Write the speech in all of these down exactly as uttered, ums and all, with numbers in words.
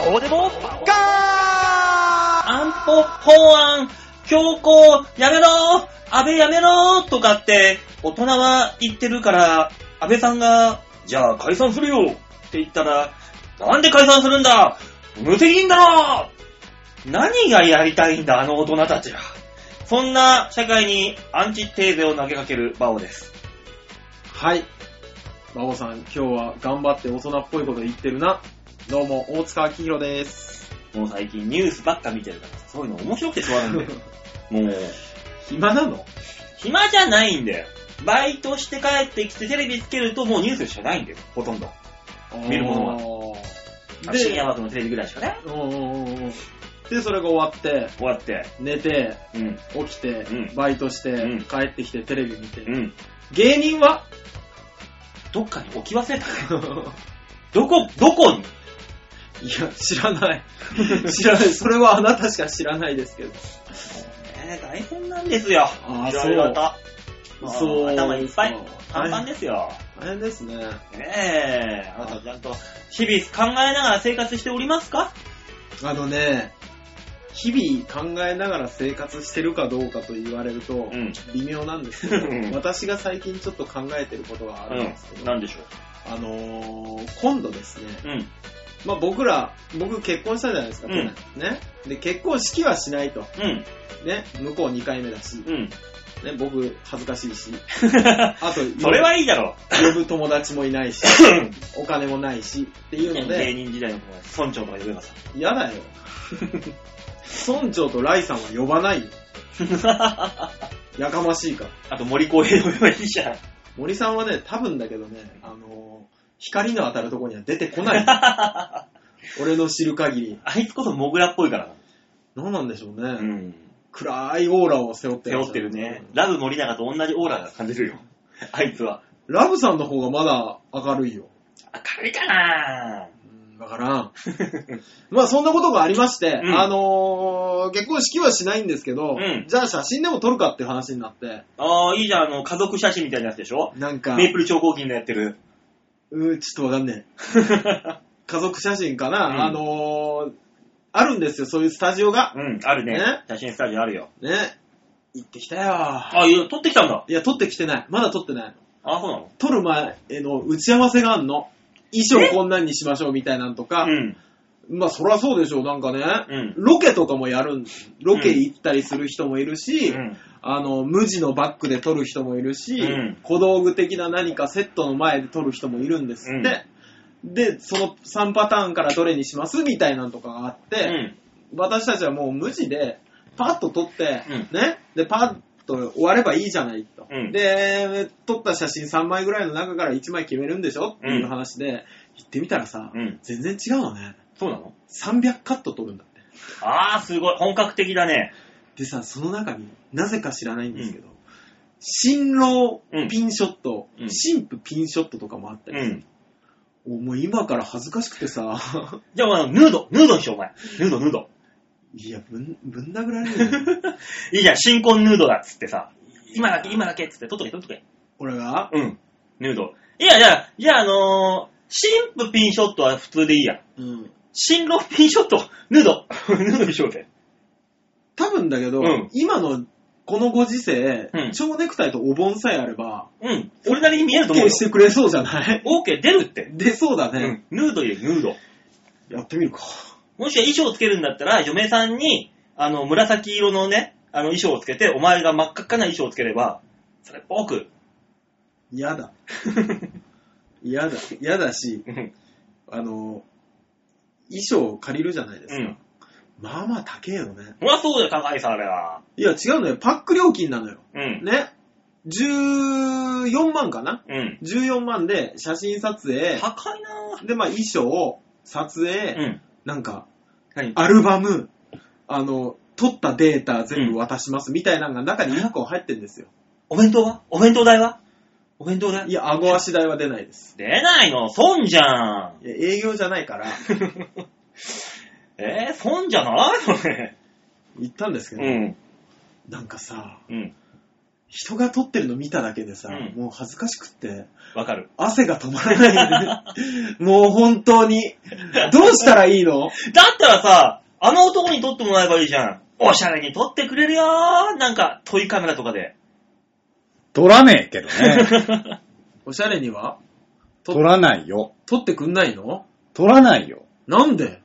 こうでもガー安保法案強行やめろ安倍やめろとかって大人は言ってるから安倍さんがじゃあ解散するよって言ったらなんで解散するんだ無責任だろ何がやりたいんだあの大人たちは。そんな社会にアンチテーゼを投げかけるバオです。 はい。バオさん、今日は頑張って大人っぽいこと言ってるな。どうも、大塚明宏です。 もう最近ニュースばっか見てるからそういうの面白くてしょうがないんだよ。もう、 暇なの？ 暇じゃないんだよ。バイトして帰ってきてテレビつけるともうニュースしかないんだよ、ほとんど。見るものは。で、深夜枠のテレビぐらいしかね。 で、それが終わって、 終わって、 寝て、 うん、 起きて、 うん、 バイトして、うん、帰ってきてテレビ見て。 うん、 芸人はどっかに置き忘れたどこ、どこにいや、知らない。知らない。それはあなたしか知らないですけど。 ね、大変なんですよ。 ああ、 そう。 そう。 頭いっぱい。簡単ですよ。 大変ですね。 ねえ、あなたちゃんと日々考えながら生活しておりますか？ あのね、日々考えながら生活してるかどうかと言われると、微妙なんですけど、うん、私が最近ちょっと考えてることがあるんですけど、 うん、何でしょう？ あのー、今度ですね、 うん、 まあ僕ら、僕結婚したじゃないですか、去年、うん、ね。で、結婚式はしないと。 うん、 ね、向こうにかいめだし、 うん、 ね、僕恥ずかしいし、あと、 それはいいだろう。呼ぶ友達もいないし、お金もないし、っていうので、 芸人時代の友達、村長とか呼べばさ。 嫌だよ。村長とライさんは呼ばないよ。やかましいから。 あと森公平呼べばいいじゃん。 森さんはね、多分だけどね、あのー、光の当たるところには出てこない。俺の知る限り。 あいつこそモグラっぽいからな。 何なんでしょうね。 うん、 暗いオーラを背負ってる。 背負ってるね。ラブ森永と同じオーラが感じるよ。あいつは。 ラブさんの方がまだ明るいよ。 明るいかなぁ。わからん。まあそんなことがありまして、 うん、 あのー、結婚式はしないんですけど、うん、じゃあ写真でも撮るかっていう話になって。 ああ、いいじゃん、あの、家族写真みたいなやつでしょ？ なんか。 メイプル超合金のやってる。 うー、ちょっとわかんねえ。家族写真かな、うん、あのー、あるんですよ、そういうスタジオが。 うん、あるね。ね、写真スタジオあるよ。 ね。行ってきたよ。 あ、いや、撮ってきたんだ。 いや、撮ってきてない。まだ撮ってないの。 あ、そうなの？ 撮る前の打ち合わせがあんの。衣装こんなんにしましょうみたいなんとか。うん。まあ、そりゃそうでしょう、なんかね。うん。ロケとかもやるんです。ロケ行ったりする人もいるし、うん、あの、無地のバッグで撮る人もいるし、うん、小道具的な何かセットの前で撮る人もいるんですって。うん、で、そのさんパターンからどれにしますみたいなのとかがあって、うん、私たちはもう無地で、パッと撮って、うん、ね。で、パッと終わればいいじゃないと。うん、で、撮った写真さんまいぐらいの中からいちまい決めるんでしょっていう話で、うん、行ってみたらさ、うん、全然違うのね。 そうなの？ さんびゃくカット撮るんだって。 あー、すごい。本格的だね。 でさ、その中になぜか知らないんですけど、うん、新郎ピンショット、うん、新婦ピンショットとかもあったりする。うん、もう今から恥ずかしくてさ。 じゃあ、あの、ヌード、ヌードにしよう、お前。ヌード、ヌード。 いや、ぶん、ぶん殴られるよ、ね。 いいじゃん、新婚ヌードだっつってさ。今だけ、今だけっつって、撮っとけ、撮っとけ。 俺がうん。ヌード。いや、じゃあ、じゃあ、あのー、新婦ピンショットは普通でいいや。うん。新郎ピンショット、ヌード。ヌードにしようぜ。 多分だけど、うん、今のこのご時世、うん、蝶ネクタイとお盆さえあれば、 うん。それなりに見えると思うよ。 OK してくれそうじゃない？ OK 出るって。 出そうだね。 うん。ヌード入れる、ヌード。 やってみるか。 もし衣装をつけるんだったら、嫁さんに、あの、紫色のね、あの衣装をつけて、お前が真っ赤っかな衣装をつければ、それっぽく。 嫌だ。嫌だ。嫌だし、あの、衣装を借りるじゃないですか。うん、まあまあ高えよね。 そりゃそうだよ、高いさ、あれは。 いや、違うのよ。パック料金なのよ。うん。ね。じゅうよんまんかな。うん。じゅうよんまんで写真撮影。 高いなぁ。 で、まあ衣装、撮影、うん。なんか、 何？ アルバム、あの、撮ったデータ全部渡しますみたいなのが中にいっこ入ってるんですよ。 お弁当は？お弁当代は？お弁当代？ いや、顎足代は出ないです。 出ないの？損じゃん。 いや、営業じゃないから。 えー、損じゃないのね。 言ったんですけど、うん、なんかさ、うん、 人が撮ってるの見ただけでさ、 うん、 もう恥ずかしくって。 わかる。 汗が止まらない。もう本当に。どうしたらいいの？ だったらさ、あの男に撮ってもらえばいいじゃん。おしゃれに撮ってくれるよー。なんか、トイカメラとかで。 撮らねえけどね。 おしゃれには撮らないよ。 撮ってくんないの？ 撮らないよ。 なんで？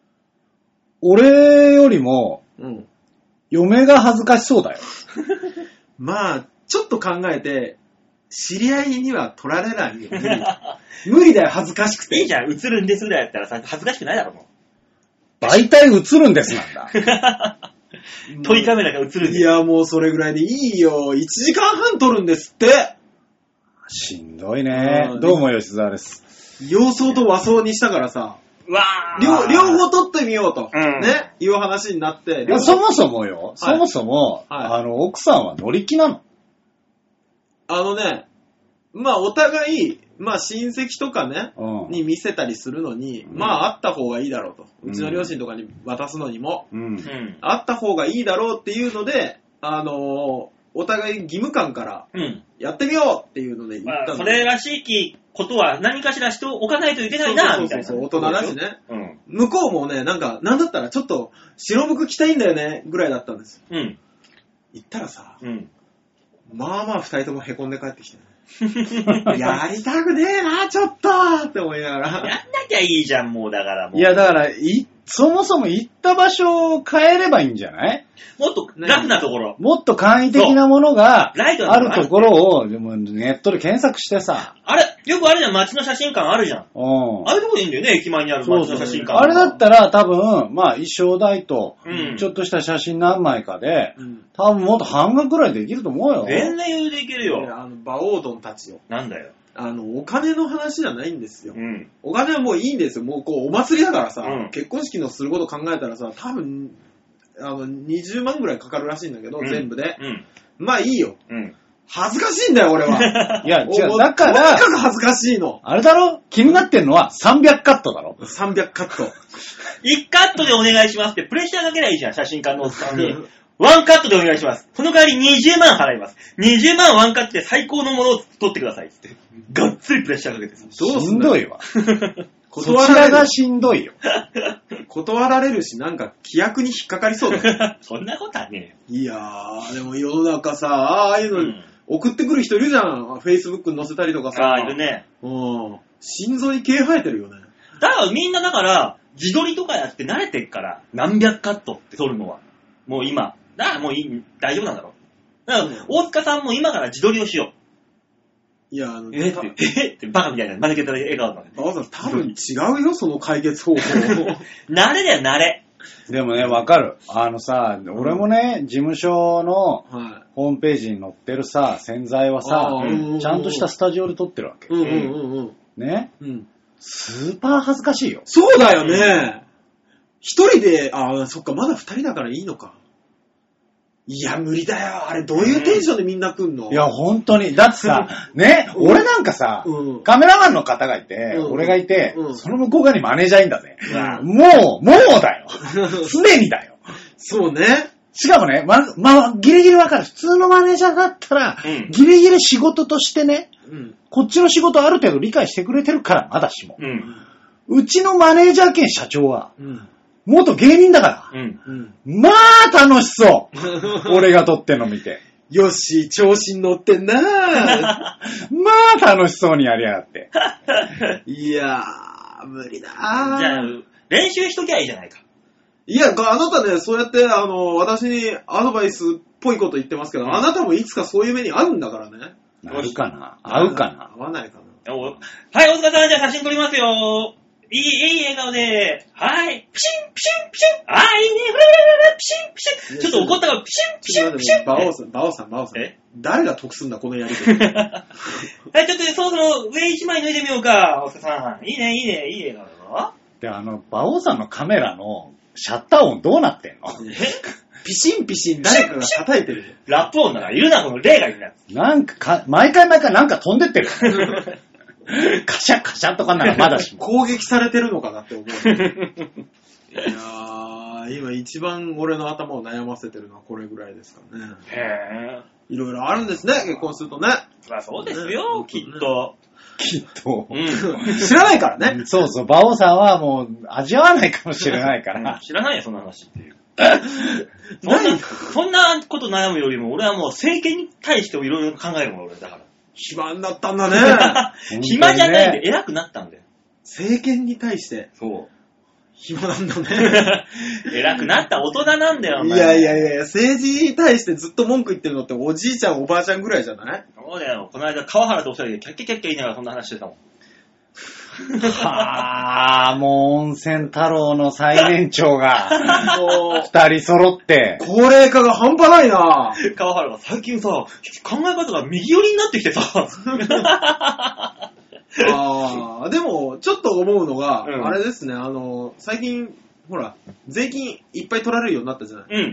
俺よりも、 うん。 嫁が恥ずかしそうだよ。 まあ、ちょっと考えて、知り合いには撮られないよ。無理。無理だよ、恥ずかしくて。 いいじゃん、映るんですぐらいやったらさ、恥ずかしくないだろ、もう。大体映るんですなんだ。 トイカメラが映るんです。 いや、もうそれぐらいでいいよ。いちじかんはん撮るんですって。 しんどいね。どうも吉沢です。 洋装と和装にしたからさ。 わー両、両方撮ってみようと。 うん、 ね。いう話になって。 そもそもよ。はい、そもそも、 はい、 あの、奥さんは乗り気なの？ あのね、まあお互い、まあ親戚とかね、 うん、 に見せたりするのに、うん、まああった方がいいだろうと。うちの両親とかに渡すのにも、 うん、 あった方がいいだろうっていうので、あのー、お互い義務感から、やってみようっていうので言ったの、 まあ、それらしきことは何かしらしておかないといけないな、みたいな。 そうそうそう、大人だしね、 うん。 向こうもね、なんか、なんだったらちょっと白服着たいんだよね、ぐらいだったんですよ。 うん。 言ったらさ、 うん、 まあまあ二人とも凹んで帰ってきてね。やりたくねえな、ちょっとって思いながら。 やんなきゃいいじゃん、もうだからもう。 いや、だから、い、そもそも行った場所を変えればいいんじゃない？ もっとラフなところ。 もっと簡易的なものがライトあるところをでもネットで検索してさ。 あれ、よくあるじゃん、街の写真館あるじゃん。 うん。 ああいうとこでいいんだよね、駅前にある街の写真館。 あれだったら多分、まあ衣装代と、 うん、 ちょっとした写真何枚かで、 うん、 多分もっと半額くらいできると思うよ。 全然余裕でいけるよ。 あの、馬王丼たちよ。 なんだよ。 あの、お金の話じゃないんですよ。 うん、 お金はもういいんですよ。もうこう、お祭りだからさ、 うん、 結婚式のすること考えたらさ、多分、あの、にじゅうまんぐらいかかるらしいんだけど、うん、全部で、 うん。 まあいいよ。 うん、 恥ずかしいんだよ、俺は。 いや、違う、だから、 とにかく恥ずかしいの。 あれだろ？気になってんのはさんびゃくカットだろ？ さんびゃくカット。 いちカットでお願いしますってプレッシャーかけりゃいいじゃん、写真館のおっさんに。ワンカットでお願いします。その代わりにじゅうまん払います。にじゅうまんワンカットで最高のものを取ってくださいって。がっつりプレッシャーかけてさ。 どうしんどいわ。 そちらがしんどいよ。 断られるし、なんか規約に引っかかりそうだ。 そんなことはねえよ。いやー、でも世の中さ、ああいうの、うん、送ってくる人いるじゃん。Facebook に載せたりとかさ。 ああ、いるね。 うん。心臓に毛生えてるよね。 だからみんなだから、自撮りとかやって慣れてっから、何百カットって撮るのは。もう今。だからもういい、大丈夫なんだろ。だから、大塚さんも今から自撮りをしよう。 いや、あの、 えって、えってバカみたいな、間抜けた笑顔だね。 バカさん、多分違うよ、その解決方法。 慣れだよ、慣れ。 でもね、わかる。あのさ、俺もね、事務所のホームページに載ってるさ、洗剤はさ、ちゃんとしたスタジオで撮ってるわけ。 うんうんうんうん。 ね、 うん、 スーパー恥ずかしいよ。 そうだよね。一人で、あ、そっか、まだ二人だからいいのか。いや、無理だよ。あれ、どういうテンションでみんな来んの？ いや、本当に。だってさ、ね、うん、俺なんかさ、うん、カメラマンの方がいて、うん、俺がいて、うん、その向こう側にマネージャーいいんだぜ。もう、もうだよ。常にだよ。 そうね。 しかもね、ま、ま、ギリギリわかる。普通のマネージャーだったら、ギリギリ仕事としてね、こっちの仕事ある程度理解してくれてるから、まだしも。うちのマネージャー兼社長は、元芸人だから。うんうん、まあ楽しそう。俺が撮ってんの見て。 よし、調子に乗ってんなまあ楽しそうにやりやがって。 いやー、無理だー。 じゃあ、練習しときゃいいじゃないか。 いや、あなたね、そうやって、あの、私にアドバイスっぽいこと言ってますけど、うん、あなたもいつかそういう目に遭うんだからね。 なるかな？合うかな？ 合わないかな。 はい、大塚さん、じゃあ写真撮りますよ。いい、いい笑顔で、はい、ピシン、ピシン、ピシン、あー、いいね、ふらふらふら、ピシン、ピシン。ちょっと怒ったから、ピシン、ピシン、ピシン。 バオさん、バオさん、バオさん。え？誰が得すんだ、このやりとり。 はい、ちょっとそろそろ上一枚脱いでみようか、大塚さん。いいね、いいね、いい笑顔だぞ。 で、あの、バオさんのカメラのシャッター音どうなってんの？ え？ピシンピシン誰かが叩いてる。 ラップ音だから、いるな、この霊がいるやつ。 なんかか、毎回毎回なんか飛んでってる。カシャカシャとかならまだしも。 攻撃されてるのかなって思う。いやー、今一番俺の頭を悩ませてるのはこれぐらいですかね。 へー。 いろいろあるんですね、結婚するとね。 まあそうですよ、ね、きっと。 きっと、 うん。知らないからね。 そうそう、馬王さんはもう味わわないかもしれないから。 うん、知らないよ、そんな話っていう。そんな、そんなこと悩むよりも、俺はもう政権に対していろいろ考えるもん、俺だから。 暇になったんだね。 暇じゃないんで、偉くなったんだよ。 政権に対して。 そう。 暇なんだね。 偉くなった大人なんだよ、お前。 いやいやいや、政治に対してずっと文句言ってるのっておじいちゃんおばあちゃんぐらいじゃない？ そうだよ。この間川原とお二人でキャッキャキャッキャ言いながらそんな話してたもん。 はあ、もう温泉太郎の最年長が、二人揃って。 高齢化が半端ないな。 川原が最近さ、考え方が右寄りになってきてさ。 ああ、でも、ちょっと思うのが、 うん、 あれですね、あの、最近、ほら、税金いっぱい取られるようになったじゃない。 うん。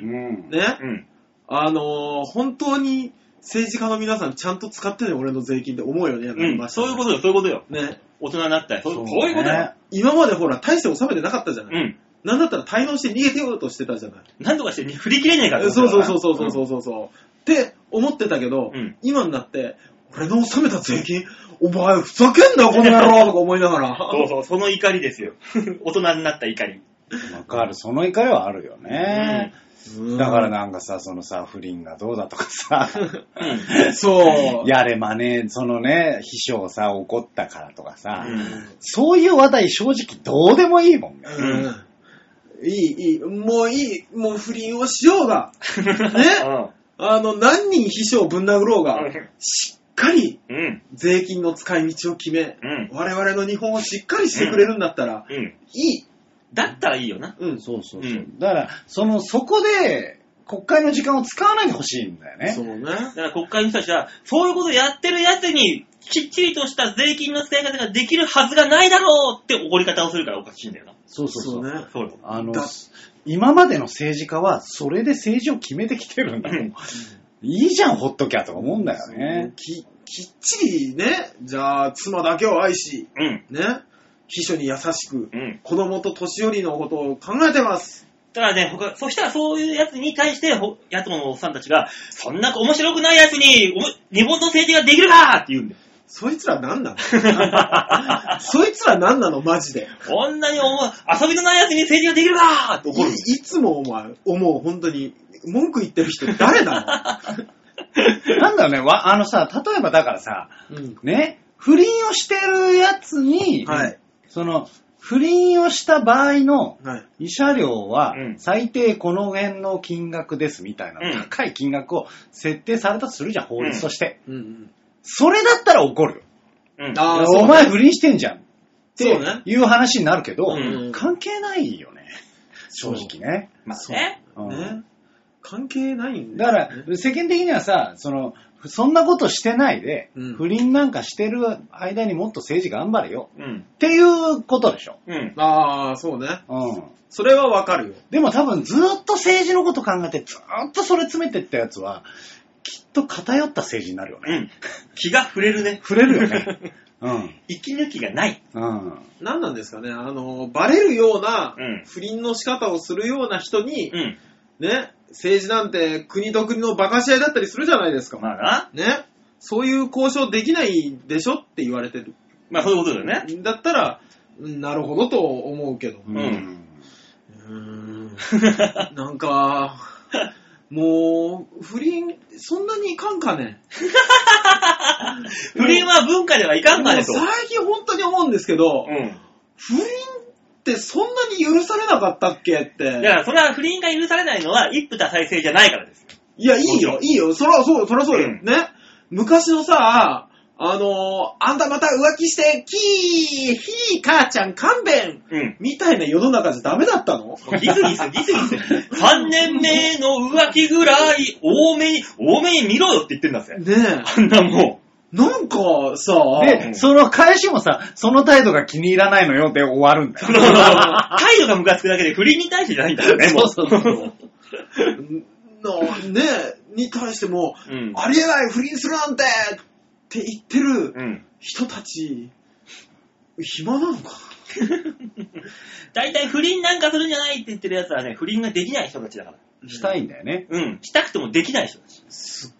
ね、 うん。 あの、本当に政治家の皆さんちゃんと使ってね、俺の税金って思うよね、やっぱり、 うん。そういうことよ、そういうことよ。 ね。 大人になったよ。そう、 そうね、 そういうことよ。 今までほら、大して納めてなかったじゃない。 うん。 なんだったら滞納して逃げてようとしてたじゃない。 なんとかして振り切れねえから。 そうそうそうそうそうそうそう、うん、って思ってたけど、 うん、 今になって、俺の納めた税金、お前ふざけんなこの野郎とか思いながら。 そうそう、その怒りですよ。大人になった怒り。 わかる、その怒りはあるよね。うん、だからなんかさ、そのさ、不倫がどうだとかさ、 うん、そう。 やれまね、そのね、秘書さ、怒ったからとかさ、 うん、 そういう話題正直どうでもいいもんね。 うんいい、いい、もういい、もう不倫をしようが、ね、うん、あの、何人秘書をぶん殴ろうが、しっかり税金の使い道を決め、うん、我々の日本をしっかりしてくれるんだったら、うんうん、いい。 だったらいいよな。 うん、そうそうそう。うん、だから、その、そこで、国会の時間を使わないでほしいんだよね。 そうね。 だから国会の人たちは、そういうことをやってるやつに、きっちりとした税金の使い方ができるはずがないだろうって怒り方をするからおかしいんだよな。 そうそうそう。 そうね。 そうあの、今までの政治家は、それで政治を決めてきてるんだもん。うん、いいじゃん、ほっときゃとか思うんだよね。 き、きっちりね、じゃあ、妻だけを愛し、うん、ね、秘書に優しく、うん、子供と年寄りのことを考えてます。 だからね、他、そしたらそういうやつに対して、野党のおっさんたちが、そんな面白くないやつに、日本の政治ができるかって言うんだよ。 そいつら何なのそいつら何なのマジで。 こんなに思う、遊びのないやつに政治ができるかって怒る。 い、いつも思う、思う、本当に。文句言ってる人誰なのなんだろうね、わ、あのさ、例えばだからさ、うん、ね、不倫をしてるやつに、はい、その、不倫をした場合の慰謝料は最低この辺の金額ですみたいな高い金額を設定されたとするじゃん、法律として。うんうん、それだったら怒るよ。うん、あお前不倫してんじゃんっていう話になるけど、うんうん、関係ないよね。正直ね。 まあね。 うんね関係ないんだよ、ね。だから、世間的にはさ、その、そんなことしてないで、うん、不倫なんかしてる間にもっと政治頑張れよ。うん、っていうことでしょ。 うん、ああ、そうね。うん。それはわかるよ。 でも多分ずっと政治のこと考えて、ずっとそれ詰めてったやつは、きっと偏った政治になるよね。うん。 気が触れるね。 触れるよね。うん。 息抜きがない。 うん。何なんですかね。あの、バレるような、不倫の仕方をするような人に、うん、ね、政治なんて国と国の馬鹿し合いだったりするじゃないですか。 まあな。 ね。そういう交渉できないでしょって言われてる。 まあそういうことだよね。 だったら、なるほどと思うけど。うん。うーんなんか、もう、不倫、そんなにいかんかね。 不倫は文化ではいかんかねと。 最近本当に思うんですけど、うん、不倫ってそんなに許されなかったっけって。 いや、それは不倫が許されないのは一夫多妻制じゃないからですよ。 いや、いいよ、いいよ。そらそう、そらそうよ。うん、ね。昔のさ、あのー、あんたまた浮気して、キー、ひー、母ちゃん勘弁、うん、みたいな世の中じゃダメだったの？ ギスギス、ギスギス。さんねんめの浮気ぐらい多めに、多めに見ろよって言ってんだぜ。 ねえ。 あんなもう。なんかさ、 で、その返しもさ、その態度が気に入らないのよって終わるんだよ。 態度がムカつくだけで不倫に対してじゃないんだよね、もう。そうそうそう。 のねえ、に対しても、うん、ありえない不倫するなんてって言ってる人たち、うん、暇なのか大体不倫なんかするんじゃないって言ってるやつはね、不倫ができない人たちだから。 したいんだよね。 うん。したくてもできない人たち。 すっ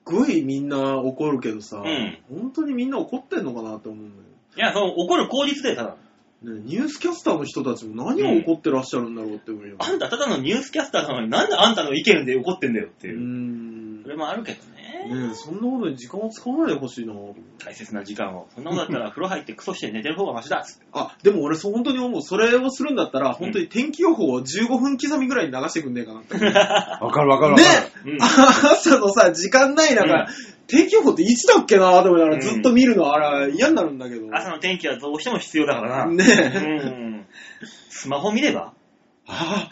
ごいみんな怒るけどさ、 うん、 本当にみんな怒ってんのかなって思うんだよ。 いや、その怒る口実でただ。 ね、ニュースキャスターの人たちも何を怒ってらっしゃるんだろうって思うよ、 うん。あんたただのニュースキャスターなのになんであんたの意見で怒ってんだよっていう。うーん。 それもあるけどね。 ねえ、そんなことに時間を使わないでほしいな。 大切な時間を。そんなことだったら風呂入ってクソして寝てる方がマシだっつって。 あ、でも俺そう本当に思う。それをするんだったら、本当に天気予報をじゅうごふん刻みぐらいに流してくんねえかなって。 わかるわかるわかる。 ね、うん、朝のさ、時間ない中、うん、天気予報っていつだっけなーって思いながらずっと見るの、あれ嫌になるんだけど。 朝の天気はどうしても必要だからな。 ねえ。うん。 スマホ見ればああ。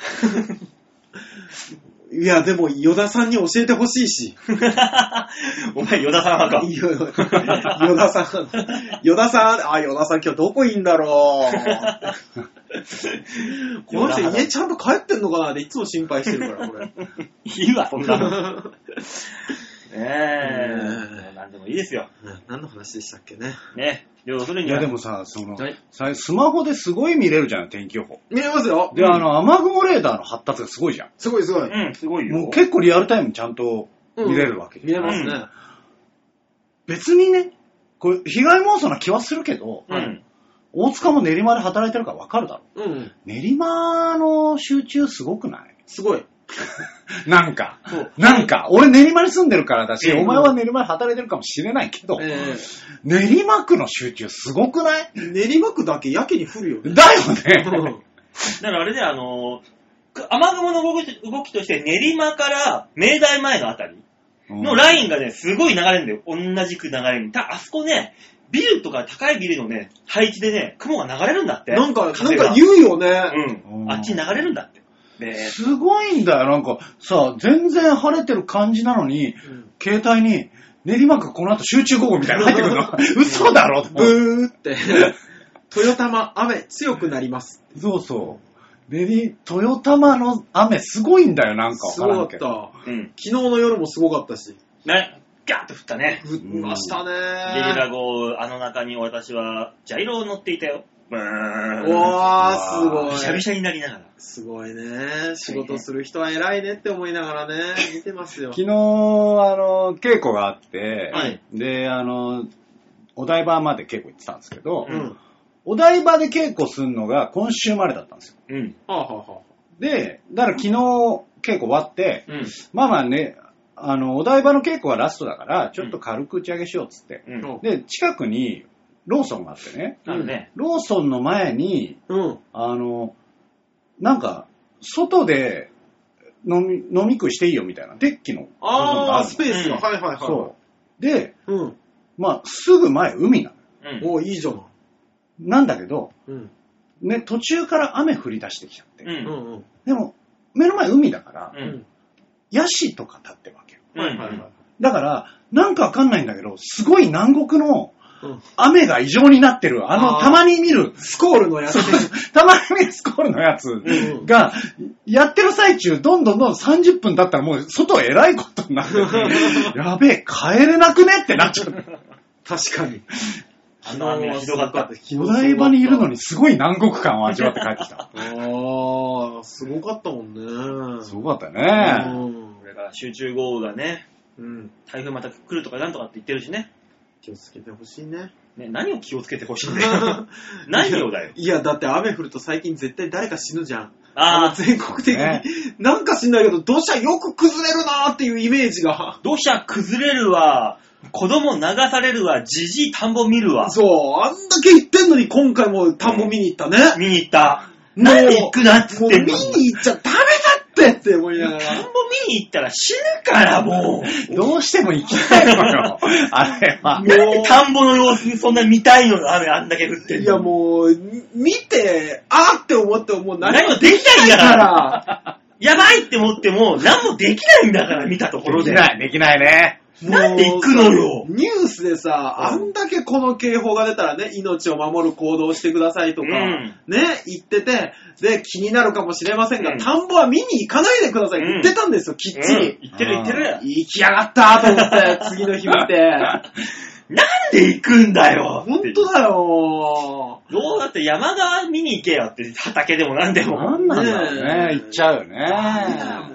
いや、でも、与田さんに教えてほしいし。 お前、与田さんはか。 与田さん。与田さん、あ、与田さん今日どこいいんだろう。この人家ちゃんと帰ってんのかなっていつも心配してるから、これ。 いいわ、そんなの。ねえ、なんでもいいですよ。 何の話でしたっけね。 ね。要するにいやでもさ、その、はい、スマホですごい見れるじゃん、天気予報。 見れますよ。 で、うん、あの、雨雲レーダーの発達がすごいじゃん。 すごいすごい。 うん、すごいよ。 もう結構リアルタイムにちゃんと見れるわけ、 うん、見れますね、うん。 別にね、これ、被害妄想な気はするけど、うん、大塚も練馬で働いてるからわかるだろ。うん、練馬の集中すごくない？ すごい。 なんか、なんか、俺練馬に住んでるからだし、お前は練馬で働いてるかもしれないけど、えー、練馬区の集中すごくない？ 練馬区だけやけに降るよね。 だよね。 だからあれで、あのー、雨雲の動き、動きとして練馬から明大前のあたりのラインがね、すごい流れるんだよ。同じく流れる。たあそこね、ビルとか高いビルのね、配置でね、雲が流れるんだって。 なんか、なんか言うよね。 うん。あっちに流れるんだって。 すごいんだよ。なんかさ、全然晴れてる感じなのに、うん、携帯に練馬区この後集中豪雨みたいなの入ってくるの。嘘だろって。 ブーって。豊玉雨強くなります。 そうそう。練豊玉の雨すごいんだよ、なんかわからんけど。 すごかった、うん。昨日の夜もすごかったし。 ね。ガーッと降ったね。 降りましたね。 ゲリラ豪雨、あの中に私はジャイロを乗っていたよ。 うーん。おー、すごい。 びしゃびしゃになりながら。 すごいね。仕事する人は偉いねって思いながらね、見てますよ。 昨日、あの、稽古があって、はい、で、あの、お台場まで稽古行ってたんですけど、うん、お台場で稽古するのが今週までだったんですよ。うん。はあはあはあ、で、だから昨日稽古終わって、うん、まあまあね、あの、お台場の稽古はラストだから、ちょっと軽く打ち上げしようっつって。うん、で、近くにローソンがあってね、うん、ローソンの前に、うん、あの、なんか、外で飲み、飲み食いしていいよみたいな、デッキの部分がある。あー、スペースが、うん、はいはいはい。 そう。で、うん、まあ、すぐ前、海なの。うん、おー、いいじゃん。 なんだけど、うん、ね、途中から雨降り出してきちゃって。うんうんうん、でも、目の前海だから、うん、ヤシとか立ってるわけよ。はいはいはい。だから、なんかわかんないんだけど、すごい南国の、雨が異常になってる。あの、たまに見る。 スコールのやつ。 たまに見るスコールのやつが、やってる最中、どんどんどんさんじゅっぷん経ったらもう外えらいことになってて、やべえ、帰れなくねってなっちゃう。 確かに。 あの雨がひどかった。 お台場にいるのにすごい南国感を味わって帰ってきた。ああ、すごかったもんね。 すごかったね。 これから集中豪雨がね、うん、台風また来るとかなんとかって言ってるしね。 気をつけてほしいね。 ね、何を気をつけてほしいんだよ。何をだよ。 いや、だって雨降ると最近絶対誰か死ぬじゃん。ああ。全国的に、ね。なんか知んないけど、土砂よく崩れるなーっていうイメージが。 土砂崩れるわ。子供流されるわ。じじい田んぼ見るわ。 そう。あんだけ言ってんのに今回も田んぼ見に行ったね。 見に行った。なんで行くなっつってんの。 もう見に行っちゃダメだってって思いながら。 田んぼ見に行ったら死ぬからもう。どうしても行きたいのよ。あれは。 なんで田んぼの様子そんな見たいのよ。雨あんだけ降ってんの。 いやもう、見て、あーって思ってもう何もできないんだから。やばいって思っても何もできないんだから見たところで。 できない、できないね。 なんで行くのよ。 ニュースでさ、あんだけこの警報が出たらね、命を守る行動をしてくださいとか、うん、ね、言ってて、で、気になるかもしれませんが、うん、田んぼは見に行かないでくださいって言ってたんですよ、きっちり。 うん、言ってる言ってる。 行きやがったと思って、次の日見て。 なんで行くんだよ。 ほんとだよ。 どうだって山側見に行けよって、畑でもなんでも。 なんなんだろうね、行っちゃうよね。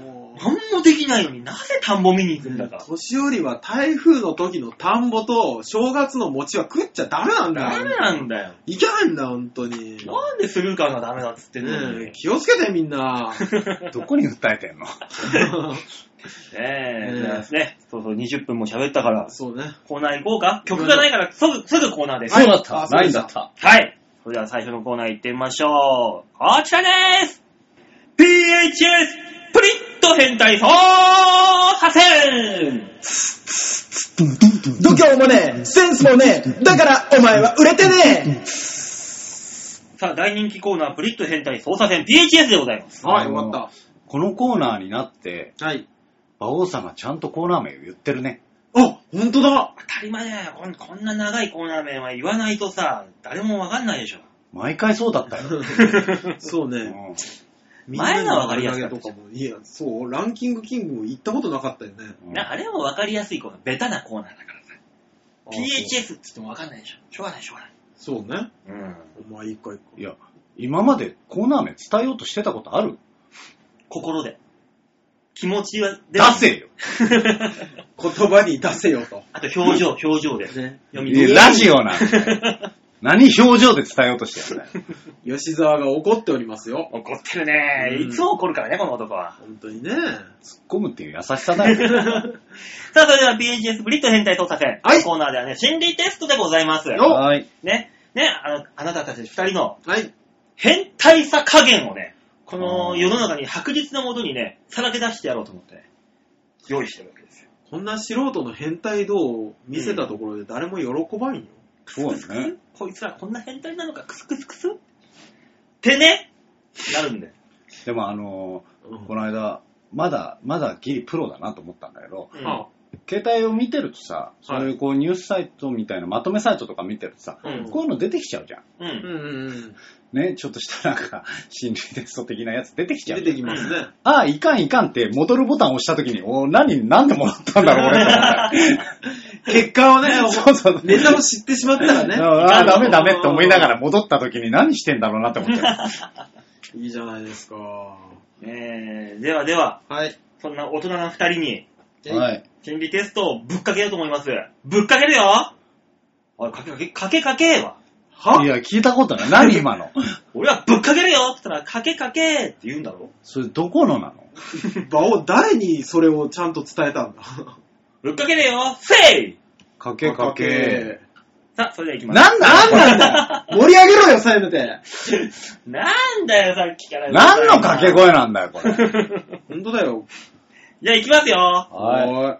何もできないのになぜ田んぼ見に行くんだか。 年寄りは台風の時の田んぼと正月の餅は食っちゃダメなんだよ。 ダメなんだよ。 いけないんだよ、ほんとに。 なんでスルーカーがダメだっつってんのに、 ねえ、気をつけてみんな。 どこに訴えてんの？ ねえ、じゃあですね、そうそうにじゅっぷんも喋ったから、 そうね。 コーナー行こうか。曲がないからすぐ、すぐコーナーです。 そうだった。ないんだった。 はい。それでは最初のコーナー行ってみましょう。こちらでーす !ピーエイチエス プリット変態操作戦度胸もねえ、センスもねえ、だからお前は売れてねえ。 さあ、大人気コーナー、プリット変態操作戦 ピーエイチエス でございます。 はい、よかった。 このコーナーになって、 はい。 馬王さんがちゃんとコーナー名を言ってるね。 あ、ほんとだ。 当たり前だよ。こん、こんな長いコーナー名は言わないとさ、誰もわかんないでしょ。 毎回そうだったよ。 そうね。 うん前がわかりやすかったとかも。いや、そう、ランキングキングも行ったことなかったよね。 うん、あれもわかりやすいコーナー、ベタなコーナーだからさ。ピーエイチエス って言ってもわかんないでしょ。しょうがない、しょうがない。 そうね。 うん。 お前一個一個。 いや、今までコーナー名伝えようとしてたことある？ 心で。気持ちは出せよ。 言葉に出せよと。 あと表情、表情で。 ね、 読みラジオなんだよ。何表情で伝えようとしてるんだよ。吉沢が怒っておりますよ。 怒ってるね、うん。いつも怒るからね、この男は。 本当にね。 突っ込むっていう優しさだよ。 さあ、それでは ピーエイチエス ブリット変態操作戦。 はい。 コーナーではね、心理テストでございます。 はい。 ね。ね、あの、あなたたち二人の、 はい。 変態さ加減をね、この世の中に白日のもとにね、さらけ出してやろうと思って、ね、用意してるわけですよ。 こんな素人の変態度を見せたところで誰も喜ばんよ。 そうですね。 こいつらこんな変態なのか、クスクスクスってね、なるんで。 でもあのーうん、この間、まだ、まだギリプロだなと思ったんだけど、うん、携帯を見てるとさ、そういうこうニュースサイトみたいなまとめサイトとか見てるとさ、うん、こういうの出てきちゃうじゃん。うん。うんうんね、ちょっとしたなんか、心理テスト的なやつ出てきちゃう。 出てきますね。 ああ、いかんいかんって戻るボタンを押したときに、お何、なんで戻ったんだろう、俺結果をね、 そうそうネタを知ってしまったらね。 ああ、ダメダメって思いながら戻ったときに何してんだろうなって思っちゃう。いいじゃないですか。 えー、ではでは、 はい。 そんな大人の二人に、 はい。 心理テストをぶっかけようと思います。ぶっかけるよおい、かけかけ、かけかけは。 はいや、聞いたことない。何今の俺はぶっかけるよって言ったら、かけかけって言うんだろ。 それどこのなの場を誰にそれをちゃんと伝えたんだぶっかけるよせいかけかけ。 さあ、それでは行きます。 なんなんなんだ盛り上げろよ、せめて。 なんだよ、さっきから。 何の掛け声なんだよ、これ。 本当だよ。 じゃあ行きますよ。 はい。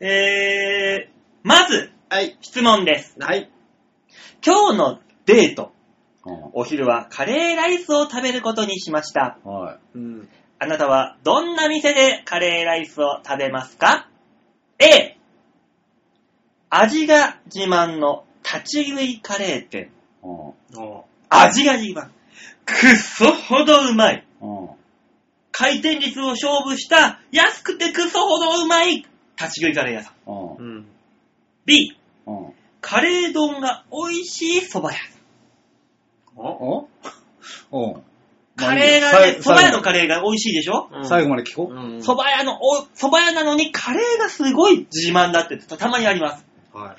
えー、まず、 はい。 質問です。 はい。 今日のデート、 うん、 お昼はカレーライスを食べることにしました。 はい。 うん、あなたはどんな店でカレーライスを食べますか？ A、味が自慢の立ち食いカレー店。 うん、 味が自慢。くっそほどうまい。 うん、 回転率を勝負した安くてくっそほどうまい立ち食いカレー屋さん。 うん、 B、 うん、 カレー丼が美味しい蕎麦屋さん。 おおカレーがね、蕎麦屋のカレーが美味しいでしょ、 うん、最後まで聞こう。 蕎麦屋の、蕎麦屋なのにカレーがすごい自慢だってたまにあります。 はい。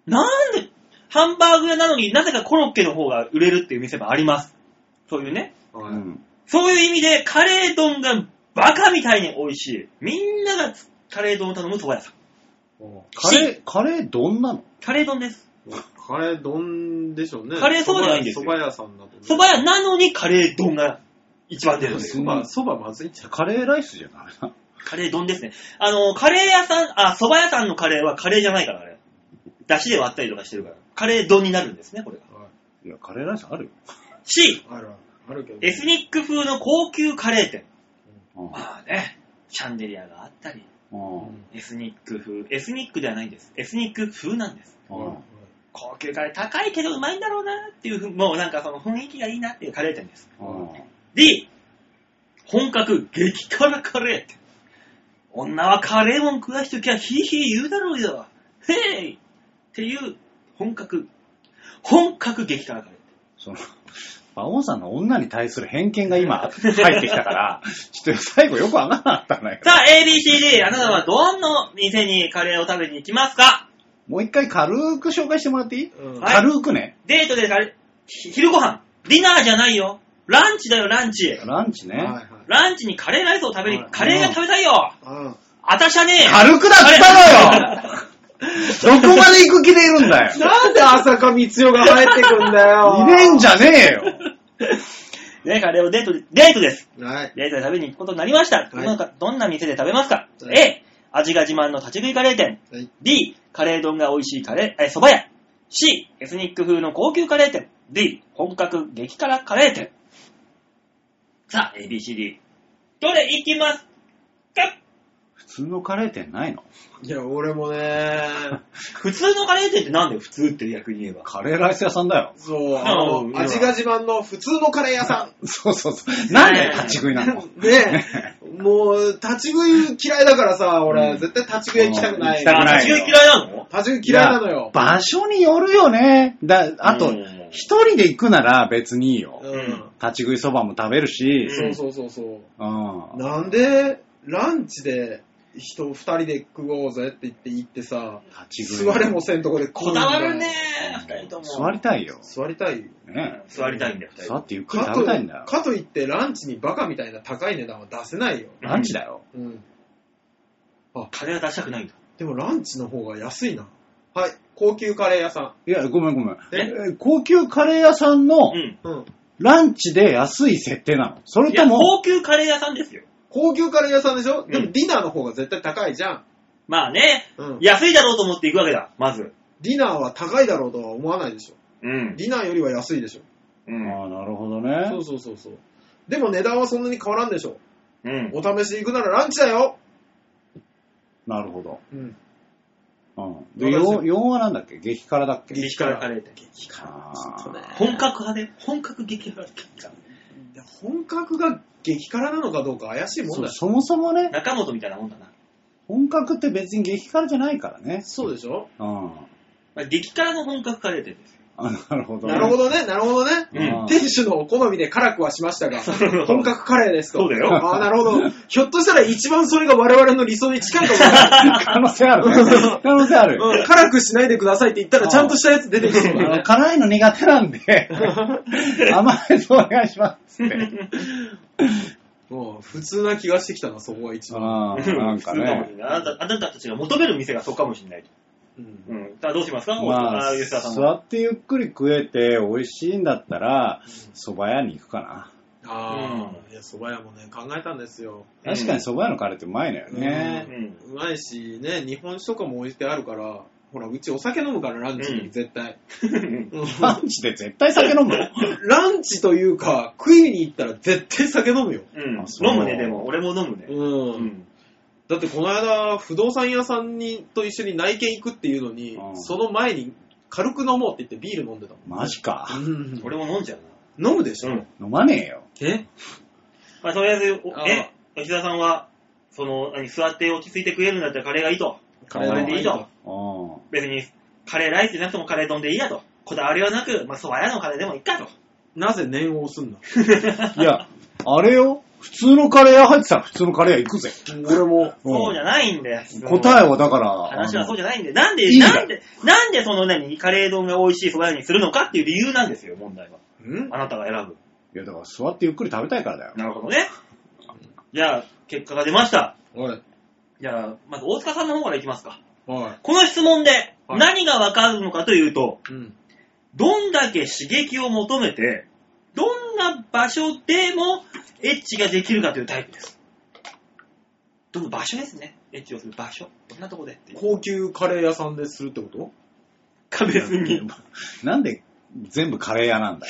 なんで、ハンバーグ屋なのになぜかコロッケの方が売れるっていう店もあります。そういうね。 はい、うん、 そういう意味でカレー丼がバカみたいに美味しい。みんながカレー丼を頼む蕎麦屋さん。 カレー、カレー丼なの？ カレー丼です。 カレー丼でしょうね。 カレーそばじゃないんですよ。 蕎麦屋さんだと、ね。 蕎麦屋なのにカレー丼が一番出るんですよ。 蕎麦、蕎麦まずいんじゃん。 カレーライスじゃないな。 カレー丼ですね。あの、カレー屋さん、あ、蕎麦屋さんのカレーはカレーじゃないから、あれ。出汁で割ったりとかしてるから。カレー丼になるんですね、これが。 いや、カレーライスあるよ。 C、 あるあるけど。 エスニック風の高級カレー店。うん、まあね、シャンデリアがあったり。うん、エスニック風。エスニックではないんです。エスニック風なんです。うん高級カレー高いけどうまいんだろうなっていう、もうなんかその雰囲気がいいなっていうカレー店です。うん、D、本格激辛カレー店。女はカレーもん食わしときゃヒーヒー言うだろうよ。へいっていう本格、本格激辛カレー店。 その、 馬王さんの女に対する偏見が今入ってきたから、ちょっと最後よくわからなかったね。 さあ、エービーシーディー、あなたはどの店にカレーを食べに行きますか？ もう一回軽く紹介してもらっていい？ うん、 軽くね。 デートでカレー、昼ご飯、ディナーじゃないよ。ランチだよ、ランチ。 ランチね。はいはい、 ランチにカレーライスを食べに、はい、カレーが食べたいよ。うん、あたしゃねえよ。 軽くだったのよどこまで行く気でいるんだよ。 なんで浅香光代が入ってくんだよ。 入れんじゃねえよ。 ね、カレーをデートで、デートです。 はい。 デートで食べに行くことになりました。はい、どんな店で食べますか？はい、A、味が自慢の立ち食いカレー店。はい、B、カレー丼が美味しいカレー、え、蕎麦屋。C、エスニック風の高級カレー店。D、本格激辛カレー店。さあ、エービーシーディー。どれ行きますか？ 普通のカレー店ないの？ いや、俺もね普通のカレー店ってなんだよ、普通って逆に言えば。 カレーライス屋さんだよ。 そう、あの、味が自慢の普通のカレー屋さん。 そうそうそう。なんで立ち食いなの？ねもう、立ち食い嫌いだからさ、俺、うん、絶対立ち食い行きたくない。 立ち食い嫌いなの？ 立ち食い嫌いなのよ。 場所によるよね。だあと、一人で行くなら別にいいよ。うん、立ち食いそばも食べるし。 そうそうそうそう。 うん、 なんで、ランチで、人二人で食おうぜって言って行ってさ、座れもせんとこでこだわるねー、二人とも。 座りたいよ。 座りたいよ。 ね、座りたいんだよ、二人。 座ってゆっくり食べたいんだよ。 かといってランチにバカみたいな高い値段は出せないよ。 ランチだよ。 うん。あ、カレーは出したくないんだ。 でもランチの方が安いな。はい、高級カレー屋さん。 いや、ごめんごめん。え、高級カレー屋さんの、うん、ランチで安い設定なの？それとも。 高級カレー屋さんですよ。 高級カレー屋さんでしょ、うん、でもディナーの方が絶対高いじゃん。 まあね、うん、安いだろうと思って行くわけだ、まず。 ディナーは高いだろうとは思わないでしょ。 うん。 ディナーよりは安いでしょ。 うん。ああ、なるほどね。 そうそうそうそう。でも値段はそんなに変わらんでしょ。 うん。 お試し行くならランチだよ。 なるほど。 うん。 うん。で、よんはなんだっけ？激辛だっけ？ 激辛カレーって。 激辛。 本格派で、本格激辛。 本格が激辛なのかどうか怪しいもんだよ。 そもそもね。 中本みたいなもんだな。 本格って別に激辛じゃないからね。 そうでしょ？ うん。まあ、激辛の本格カレー店ですよ。 あ、なるほどね。なるほどね、なるほどね。うん、店主のお好みで辛くはしましたが、本格カレーですと。 そうだよ。 ああ、なるほど。ひょっとしたら一番それが我々の理想に近いかもしれない。可能性ある、ね。可能性ある、 うん。辛くしないでくださいって言ったらちゃんとしたやつ出てきそうだね。 辛いの苦手なんで、甘いのお願いしますって。 もう普通な気がしてきたな、そこが一番。 あなんかね。 あなた、あなたたちが求める店がそうかもしれないと。うん。うん。だからどうしますか？ まあ、座ってゆっくり食えて美味しいんだったら、蕎麦屋に行くかな。 ああ、うん、いや、蕎麦屋もね、考えたんですよ。 確かに蕎麦屋のカレーってうまいのよね。 うん。うまいし、ね、日本酒とかも置いてあるから、ほら、うちお酒飲むから、ランチに絶対。 うん、ランチで絶対酒飲むの？ ランチというか、食いに行ったら絶対酒飲むよ。 うん。飲むね、でも。俺も飲むね。 うん。うん、だってこの間、不動産屋さんにと一緒に内見行くっていうのに、うん、その前に軽く飲もうって言ってビール飲んでたもん。 マジか。 うん。俺も飲んじゃうな。 飲むでしょ、うん、 飲まねえよ。 えまあ、とりあえず、え吉田さんは、その、何、座って落ち着いて食えるんだったらカレーがいいと。カレーでいいと。別に、カレーライスじゃなくてもカレー丼でいいやと。こだわりはなく、まあ、蕎麦屋のカレーでもいいかと。 なぜ念を押すんだいや、あれよ。普通のカレー屋入ってたら普通のカレー屋行くぜ。 俺も。 そうじゃないんだよ。 答えはだから。 話はそうじゃないんだよ。なんで、いいなんで、なんでその何、カレー丼が美味しい蕎麦屋にするのかっていう理由なんですよ、問題は。んあなたが選ぶ。 いや、だから座ってゆっくり食べたいからだよ。 なるほどね。じゃあ、結果が出ました。 はい。 じゃあ、まず大塚さんの方からいきますか。 はい。 この質問で何がわかるのかというと、 はい、うん、 どんだけ刺激を求めて、どんな場所でもエッチができるかというタイプです。どの場所ですね。エッチをする場所。どんなとこでっていう。 高級カレー屋さんでするってことか別に。 なんで全部カレー屋なんだよ。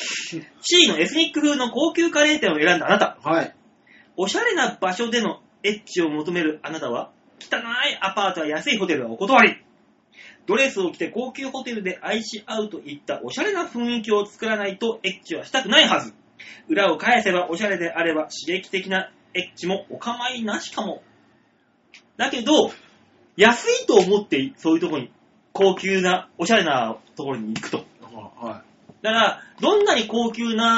C のエスニック風の高級カレー店を選んだあなた。 はい。 おしゃれな場所でのエッチを求めるあなたは、汚いアパートや安いホテルはお断り。ドレスを着て高級ホテルで愛し合うといったおしゃれな雰囲気を作らないとエッチはしたくないはず。裏を返せばおしゃれであれば刺激的なエッチもお構いなしかも。だけど、安いと思ってそういうところに、高級な、おしゃれなところに行くと。 はい。 だから、どんなに高級な